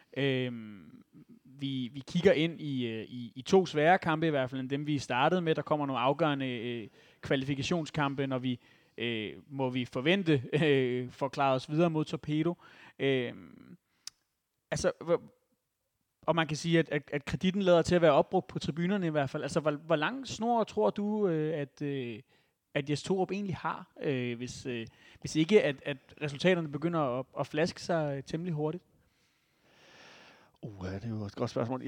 Vi kigger ind i 2 svære kampe i hvert fald, end dem vi startede med. Der kommer nogle afgørende kvalifikationskampe, når vi må vi forvente forklare os videre mod Torpedo. Altså, og man kan sige, at kreditten lader til at være opbrugt på tribunerne i hvert fald. Altså, hvor lang snor tror du, at Jes Torup egentlig har, hvis ikke at resultaterne begynder at flaske sig temmelig hurtigt? Det er jo et godt spørgsmål.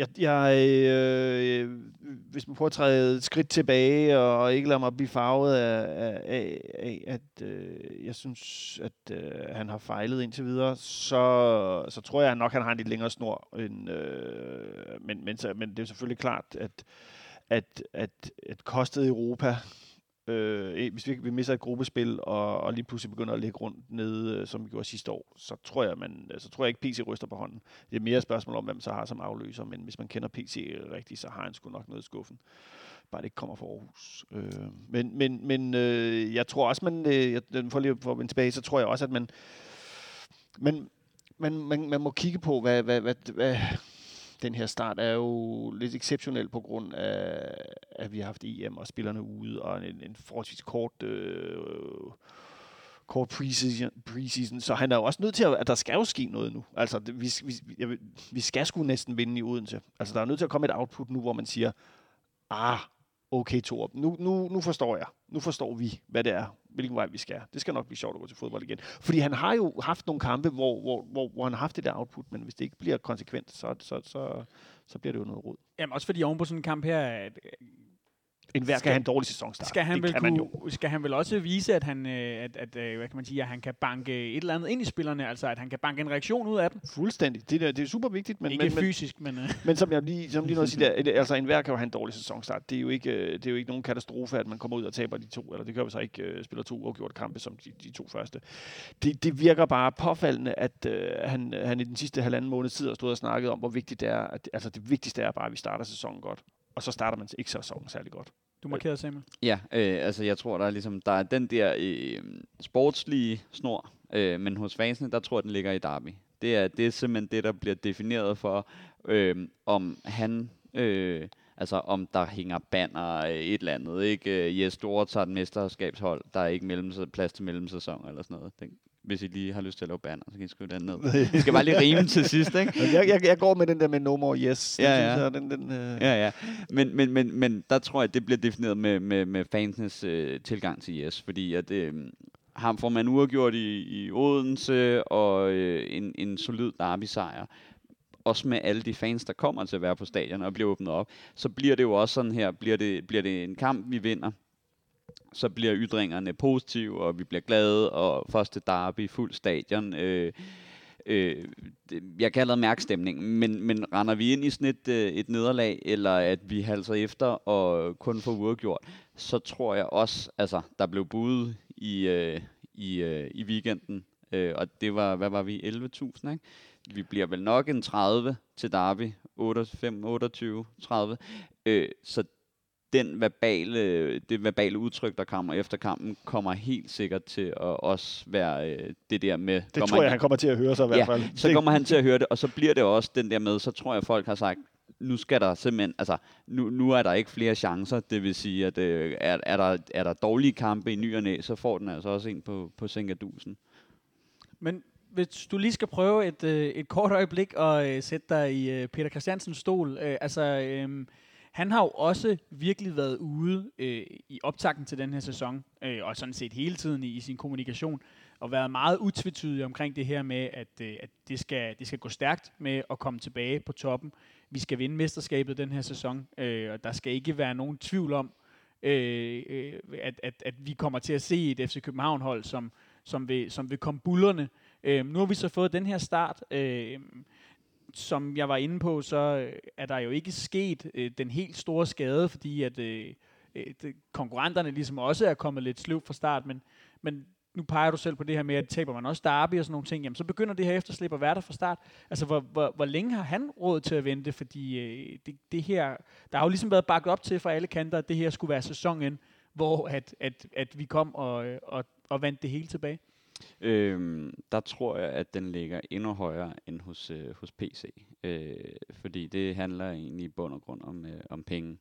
Hvis man prøver at træde et skridt tilbage, og ikke lade mig blive farvet af at jeg synes, at han har fejlet indtil videre, så tror jeg nok, han har en lidt længere snor. Men det er selvfølgelig klart, at kostet Europa, hvis vi misser et gruppespil, og lige pludselig begynder at ligge rundt nede, som vi gjorde sidste år, så tror jeg ikke, PC ryster på hånden. Det er mere et spørgsmål om, hvem man så har som afløser, men hvis man kender PC rigtigt, så har han sgu nok noget i skuffen. Bare det ikke kommer fra Aarhus. Men jeg tror også, for lige at vende tilbage, så tror jeg også, at man må kigge på, hvad den her start er jo lidt exceptionel på grund af, at vi har haft EM og spillerne ude, og en forholdsvis kort preseason, så han er jo også nødt til, at der skal jo ske noget nu. Altså, vi skal sgu næsten vinde i Odense. Altså, der er nødt til at komme et output nu, hvor man siger, okay Torup, nu forstår jeg. Nu forstår vi, hvad det er, hvilken vej vi skal. Det skal nok blive sjovt at gå til fodbold igen. Fordi han har jo haft nogle kampe, hvor han har haft det der output, men hvis det ikke bliver konsekvent, så bliver det jo noget rod. Jamen også fordi oven på sådan en kamp her, Enhver kan have en dårlig sæsonstart. Skal han vel også vise, at han, hvad kan man sige, at han kan banke et eller andet ind i spillerne, altså at han kan banke en reaktion ud af dem? Fuldstændig. Det er super vigtigt. Men, ikke fysisk, men... Men som lige noget siger, altså enhver kan jo have en dårlig sæsonstart. Det er jo ikke nogen katastrofe, at man kommer ud og taber de to, eller det gør vi så ikke spiller 2 uafgjorte kampe som de 2 første. Det virker bare påfaldende, at han i den sidste halvanden måned tid har stået og snakket om, hvor vigtigt det er. Altså det vigtigste er bare, at vi starter sæsonen godt. Og så starter man ikke sæsonen særlig godt. Du markerede, Samuel? Ja, altså jeg tror, der er den der sportslige snor, men hos fansene, der tror jeg, den ligger i Derby. Det er simpelthen det, der bliver defineret for, om han... altså om der hænger banner et eller andet, ikke? Jes Store tager et mesterskabshold, der er ikke plads til mellemsæson eller sådan noget. Hvis I lige har lyst til at lave banner, så kan I skrive den ned. Det skal bare lige rime til sidst, ikke? Jeg går med den der med no more yes. Ja. Ja. Men der tror jeg, det bliver defineret med fansenes tilgang til yes, fordi at ham får man uafgjort i Odense og en solid derby-sejr. Også med alle de fans, der kommer til at være på stadion og bliver åbnet op, så bliver det jo også sådan her, bliver det en kamp, vi vinder, så bliver ytringerne positive, og vi bliver glade, og første derby, fuld stadion. Jeg kan allerede mærke stemningen, men render vi ind i sådan et nederlag, eller at vi halser efter og kun får uafgjort, så tror jeg også, altså der blev budet i weekenden, og det var, hvad var vi, 11.000, ikke? Vi bliver vel nok en 30 til derby, 28, 30, så det verbale udtryk, der kommer efter kampen, kommer helt sikkert til at også være det der med... Det tror jeg, han kommer til at høre sig i hvert fald. Så kommer han til at høre det, og så bliver det også den der med, så tror jeg, folk har sagt, nu skal der simpelthen, altså, nu er der ikke flere chancer, det vil sige, at er der dårlige kampe i ny og næ, så får den altså også en på Sengadusen. Men hvis du lige skal prøve et kort øjeblik og sætte dig i Peter Christiansens stol, han har jo også virkelig været ude i optakten til den her sæson, og sådan set hele tiden i sin kommunikation, og været meget utvetydig omkring det her med, at det skal gå stærkt med at komme tilbage på toppen. Vi skal vinde mesterskabet den her sæson, og der skal ikke være nogen tvivl om, at vi kommer til at se et FC København-hold, som vil komme bullerne. Nu har vi så fået den her start. Som jeg var inde på, så er der jo ikke sket den helt store skade, fordi at konkurrenterne ligesom også er kommet lidt sløvt fra start, men nu peger du selv på det her med, at taber man også derby og sådan nogle ting, jamen så begynder det her efterslæb at være der fra start. Altså, hvor længe har han råd til at vente? Fordi det her, der har jo ligesom været bakket op til fra alle kanter, at det her skulle være sæsonen, hvor at vi kom og vandt det hele tilbage. Der tror jeg, at den ligger endnu højere end hos PC. Fordi det handler egentlig i bund og grund om penge.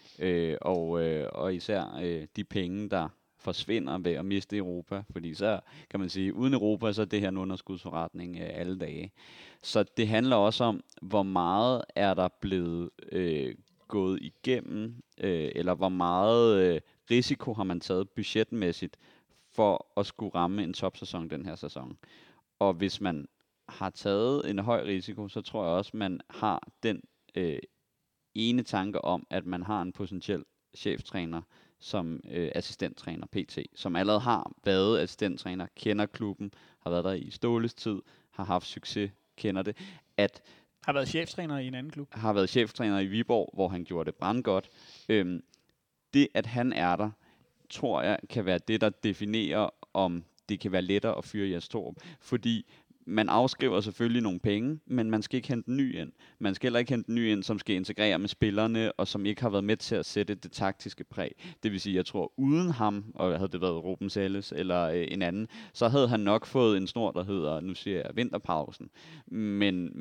Og især de penge, der forsvinder ved at miste Europa. Fordi så kan man sige, uden Europa, så er det her en underskudsforretning alle dage. Så det handler også om, hvor meget er der blevet gået igennem, eller hvor meget risiko har man taget budgetmæssigt, for at skulle ramme en topsæson den her sæson. Og hvis man har taget en høj risiko, så tror jeg også, man har den ene tanke om, at man har en potentiel cheftræner som assistenttræner PT, som allerede har været assistenttræner, kender klubben, har været der i Ståles tid, har haft succes, kender det, at har været cheftræner i en anden klub. Har været cheftræner i Viborg, hvor han gjorde det brandgodt. Det, at han er der, tror jeg, kan være det, der definerer, om det kan være lettere at fyre Jes Torup. Fordi man afskriver selvfølgelig nogle penge, men man skal ikke hente en ny ind. Man skal heller ikke hente en ny ind, som skal integrere med spillerne, og som ikke har været med til at sætte det taktiske præg. Det vil sige, jeg tror, uden ham, og havde det været Ruben Selles eller en anden, så havde han nok fået en snor, der hedder, nu siger jeg, vinterpausen. Men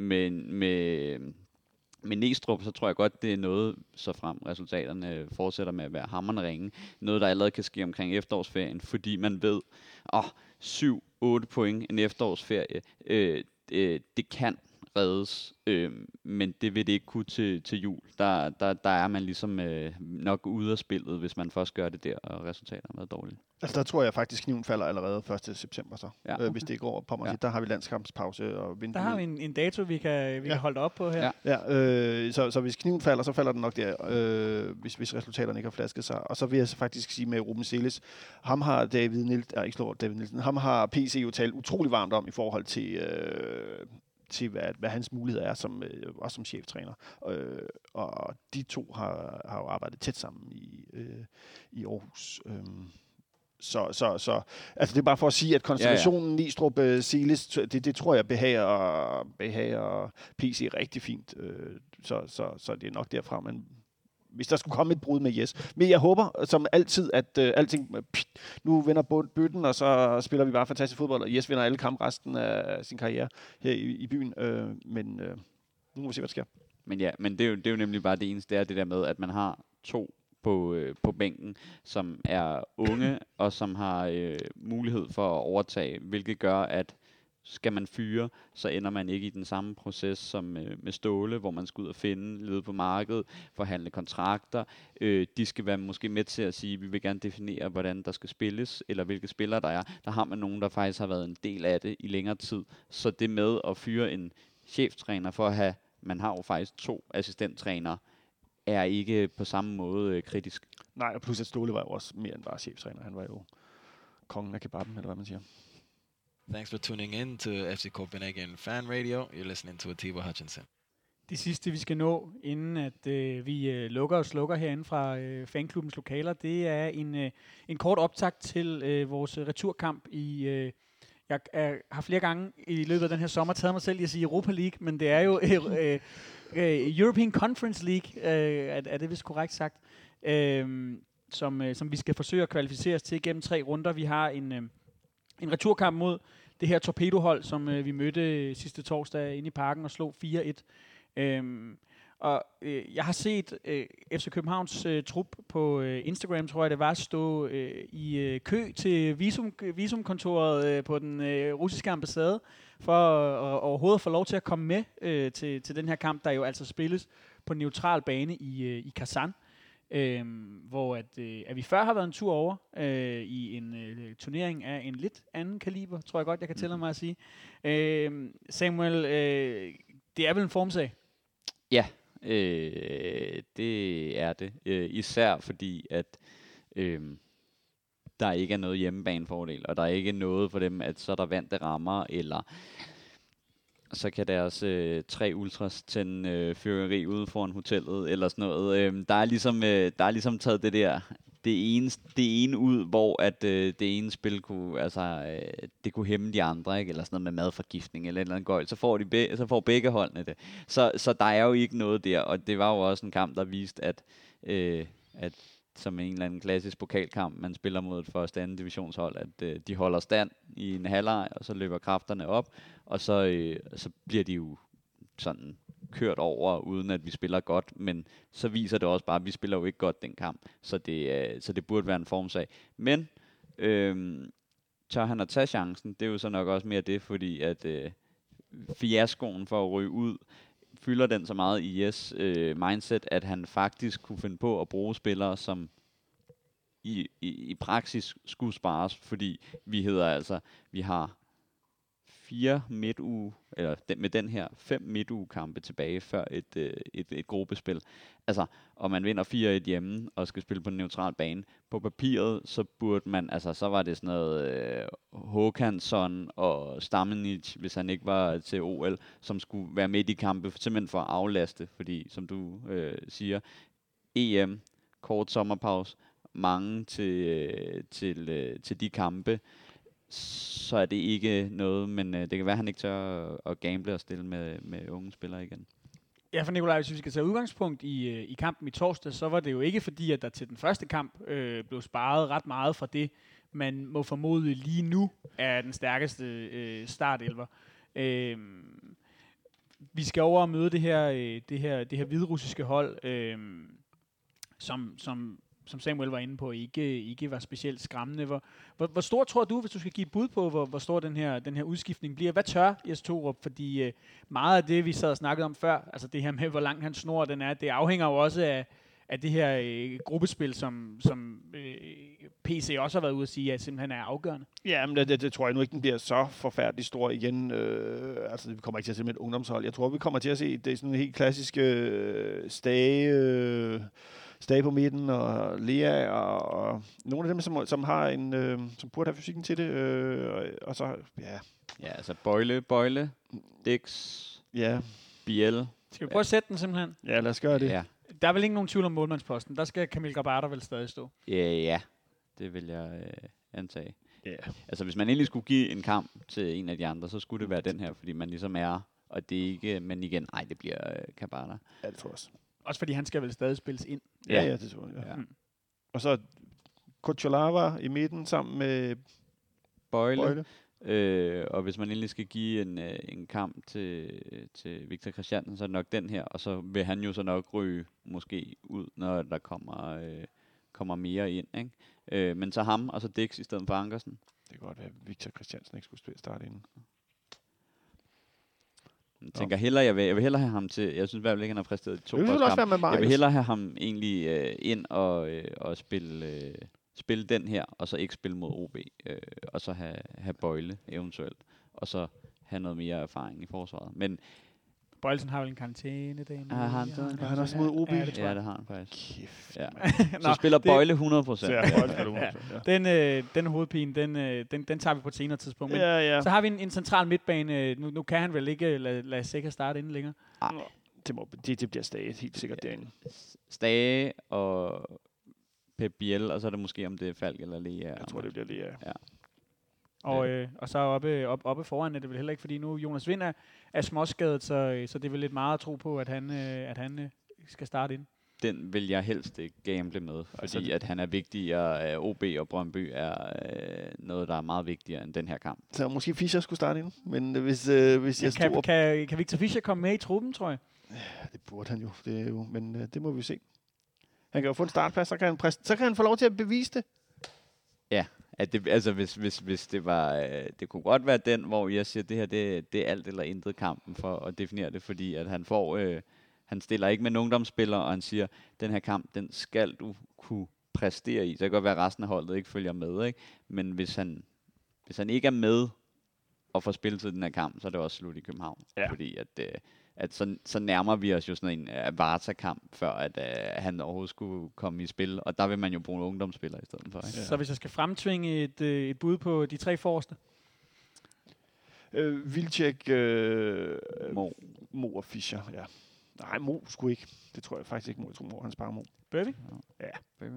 med Næstrup, så tror jeg godt, det er noget, så frem resultaterne fortsætter med at være hamrende ringe. Noget, der allerede kan ske omkring efterårsferien, fordi man ved, 7-8 point en efterårsferie, det kan reddes, men det vil det ikke kunne til jul. Der er man ligesom nok ude af spillet, hvis man først gør det der, og resultaterne har været dårlige. Altså der tror jeg faktisk, kniven falder allerede 1. september så, Ja, okay. hvis det går på mig. Ja. Der har vi landskampspause og Der har vi en dato, vi kan holde op på her. Ja, så hvis kniven falder, så falder den nok der, hvis resultaterne ikke har flasket sig. Og så vil jeg så faktisk sige med Ruben Seles, ham har David Nielsen, ham har PC jo talt utrolig varmt om i forhold til hvad hans muligheder er også som cheftræner. Og de to har jo arbejdet tæt sammen i Aarhus. Så altså det er bare for at sige, at konstellationen Nistrup Seles, det tror jeg behager PC rigtig fint. Så det er nok derfra, men hvis der skulle komme et brud med Jes. Men jeg håber, som altid, at alting... Nu vinder bøtten, og så spiller vi bare fantastisk fodbold, og Jes vinder alle kampe resten af sin karriere her i byen. Men nu må vi se, hvad der sker. Men det er jo nemlig bare det eneste, det er det der med, at man har to på bænken, som er unge, og som har mulighed for at overtage, hvilket gør, at skal man fyre, så ender man ikke i den samme proces som med Ståle, hvor man skal ud og finde, lede på markedet, forhandle kontrakter. De skal være måske med til at sige, at vi vil gerne definere, hvordan der skal spilles, eller hvilke spillere der er. Der har man nogen, der faktisk har været en del af det i længere tid. Så det med at fyre en cheftræner for at have, man har jo faktisk 2 assistenttrænere, er ikke på samme måde kritisk. Nej, og plus at Ståle var jo også mere end bare cheftræner. Han var jo kongen af kebaben, eller hvad man siger. Thanks for tuning in to FC Copenhagen Fan Radio. You're listening to Atiba Hutchinson. Det sidste, vi skal nå, inden at vi lukker og slukker herinde fra fanklubbens lokaler, det er en kort optakt til vores returkamp i... Jeg har flere gange i løbet af den her sommer taget mig selv i at sige Europa League, men det er jo European Conference League, er det vist korrekt sagt, som vi skal forsøge at kvalificere os til gennem 3 runder. Vi har en returkamp mod det her torpedohold, som vi mødte sidste torsdag inde i parken og slog 4-1. Jeg har set FC Københavns trup på Instagram, tror jeg det var, stå i kø til visumkontoret på den russiske ambassade, for overhovedet at få lov til at komme med til den her kamp, der jo altså spilles på en neutral bane i Kazan. Hvor at vi før har været en tur over i en turnering af en lidt anden kaliber, tror jeg godt, jeg kan tillade mig at sige. Samuel, det er vel en formsag? Ja, det er det. Især fordi, at der ikke er noget hjemmebanefordel, og der er ikke noget for dem, at så er der vante rammer, eller så kan deres 3 ultras tænde fyrværkeri ude foran hotellet, eller sådan noget. Der er ligesom taget det ene ud, hvor at det ene spil kunne, det kunne hæmme de andre, ikke? Eller sådan noget med madforgiftning eller et eller andet gøjl, så får begge holdene det. Så der er jo ikke noget der, og det var jo også en kamp, der viste, at som en eller anden klassisk pokalkamp, man spiller mod et første og anden divisionshold, at de holder stand i en halvleg, og så løber kræfterne op, og så bliver de jo sådan kørt over, uden at vi spiller godt, men så viser det også bare, at vi spiller jo ikke godt den kamp, så det burde være en formsag. Men tør han at tage chancen, det er jo så nok også mere det, fordi at fiaskoen for at ryge ud, fylder den så meget i Jes mindset, at han faktisk kunne finde på at bruge spillere, som i praksis skulle spares, fordi vi har 4 midtuge, eller med den her 5 midtugekampe tilbage før et gruppespil. Og man vinder 4-1 hjemme og skal spille på en neutral bane. På papiret, så burde man, så var det sådan noget Håkansson og Stamenic, hvis han ikke var til OL, som skulle være med i de kampe, simpelthen for at aflaste, fordi, som du siger, EM, kort sommerpause, mange til de kampe, så er det ikke noget, men det kan være, at han ikke tør at gamble og stille med unge spillere igen. Ja, for Nikolaj, hvis vi skal tage udgangspunkt i kampen i torsdag, så var det jo ikke fordi, at der til den første kamp blev sparet ret meget fra det, man må formode lige nu er den stærkeste startelver. Vi skal over og møde det her hviderussiske hold, som som Samuel var inde på, ikke var specielt skræmmende. Hvor stor tror du, hvis du skal give et bud på, hvor stor den her udskiftning bliver? Hvad tør Jes Torup? Fordi meget af det, vi sad og snakkede om før, altså det her med, hvor lang hans snor den er, det afhænger jo også af det her gruppespil, som PC også har været ude at sige, at simpelthen er afgørende. Ja, men det tror jeg nu ikke, den bliver så forfærdelig stor igen. Altså, vi kommer ikke til at se med et ungdomshold. Jeg tror, vi kommer til at se, det er sådan en helt klassisk Stage på midten, og Lea, og nogle af dem, som har som burde have fysikken til det. Og så, ja. Ja, altså Bøjle, Dix, Ja. Biel. Skal vi prøve at sætte den simpelthen? Ja, lad os gøre det. Ja. Der er vel ikke nogen tvivl om målmandsposten. Der skal Kamil Grabara vel stadig stå. Ja, det vil jeg antage. Ja. Altså, hvis man egentlig skulle give en kamp til en af de andre, så skulle det være den her, fordi man ligesom er, og det er ikke, men igen, det bliver Grabara. Ja, det tror jeg også. Også fordi han skal vel stadig spilles ind. Ja, det tror jeg. Ja. Og så Kucholava i midten sammen med Bøjle. Og hvis man endelig skal give en kamp til Victor Christiansen, så er det nok den her, og så vil han jo så nok ryge måske ud, når der kommer mere ind, ikke? Men så ham, og så Dix i stedet for Ankersen. Det kan godt være, at Victor Christiansen ikke skulle starte inden. Jeg tænker hellere, jeg vil hellere have ham til, jeg synes i hvert fald ikke, han har præsteret de 2 første kampe. Jeg vil hellere have ham egentlig ind og spille den her, og så ikke spille mod OB, og så have Bøjle eventuelt, og så have noget mere erfaring i forsvaret. Men Bøjlesen har vel en karantæne. Har han det? Han også mod OB? Ja, det tror jeg. Ja, det har han faktisk. Kæft, ja. Så spiller Bøjle 100%. Ja. Den hovedpine, den tager vi på et senere tidspunkt. Men så har vi en central midtbane. Nu kan han vel ikke lade Sækker starte inden længere. Det bliver Stage helt sikkert derinde. Stage og Pep Biel, og så er det måske, om det er Falk eller Lea. Jeg tror, det bliver Lea. Ja. Og så oppe foran er det vel heller ikke, fordi nu Jonas Vind er småskadet, så det er vel lidt meget at tro på, at han skal starte ind. Den vil jeg helst ikke gamble med, fordi at han er vigtigere. OB og Brøndby er noget, der er meget vigtigere end den her kamp. Så måske Fischer skulle starte ind, men hvis jeg kan Victor Fischer komme med i truppen, tror jeg? Ja, det burde han jo. Det er jo, men det må vi se. Han kan jo få en startplads, så kan han få lov til at bevise det. Ja. At det, altså hvis det var, det kunne godt være den, hvor jeg siger, det her det er alt eller intet kampen for at definere det, fordi at han får, han stiller ikke med en ungdomsspiller, og han siger, den her kamp, den skal du kunne præstere i. Så det kan godt være, at resten af holdet ikke følger med, ikke? Men hvis han ikke er med og får spillet til den her kamp, så er det også slut i København. Ja. Fordi at så nærmer vi os jo sådan en Varta-kamp, før at han overhovedet skulle komme i spil. Og der vil man jo bruge en ungdomsspiller i stedet for. Ikke? Ja. Så hvis jeg skal fremtvinge et bud på de 3 forreste? Wilczek, Mo og Fischer, ja. Nej, Mo skulle ikke. Det tror jeg faktisk ikke, Jeg tror, Mo han sparer Mo. Burby? Ja. Burby.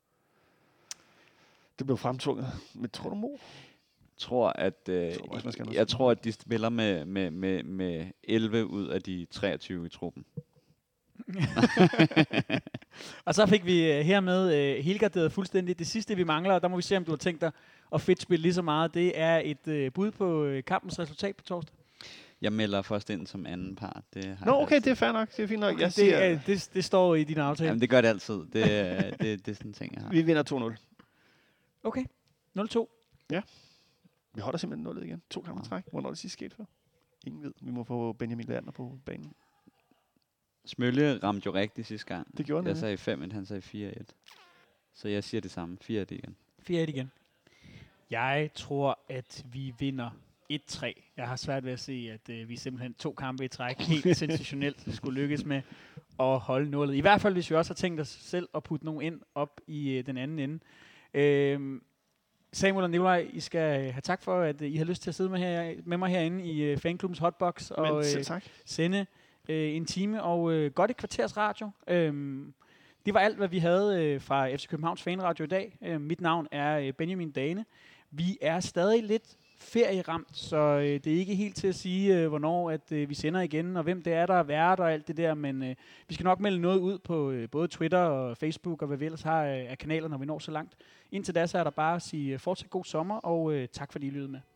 Det blev fremtvunget. Men tror du Mo? Jeg tror, at de spiller med 11 ud af de 23 i truppen. Og så fik vi hermed helgarderet fuldstændig det sidste, vi mangler, og der må vi se, om du har tænkt dig at fedt spille lige så meget. Det er et bud på kampens resultat på torsdag. Jeg melder først ind som anden part. Okay, det er fair nok. Det er fint nok. Okay, det står i din aftale. Jamen, det gør det altid. Det er sådan en ting, jeg har. Vi vinder 2-0. Okay. 0-2. Ja. Vi holder simpelthen 0 igen. 2 kampe træk. Hvornår er det sidste sket før? Ingen ved. Vi må få Benjamin Lander på banen. Smølle ramte jo rigtigt sidste gang. Det gjorde han. Jeg sagde 5, han sagde 4-1. Så jeg siger det samme. 4-1 igen. 4-1 igen. Jeg tror, at vi vinder 1-3. Jeg har svært ved at se, at vi simpelthen 2 kampe i træk helt sensationelt skulle lykkes med at holde nullet. I hvert fald, hvis vi også har tænkt os selv at putte nogen ind op i den anden ende. Samuel og Nikolaj, I skal have tak for, at I har lyst til at sidde med mig herinde i fanklubbens hotbox og sende en time og godt et kvarters radio. Det var alt, hvad vi havde fra FC Københavns Fanradio i dag. Mit navn er Benjamin Dane. Vi er stadig lidt ferieramt, så det er ikke helt til at sige, hvornår at vi sender igen, og hvem det er, der er vært og alt det der, men vi skal nok melde noget ud på både Twitter og Facebook, og hvad vi ellers har af kanaler, når vi når så langt. Indtil da, så er der bare at sige fortsat god sommer, og tak fordi I lyttede med.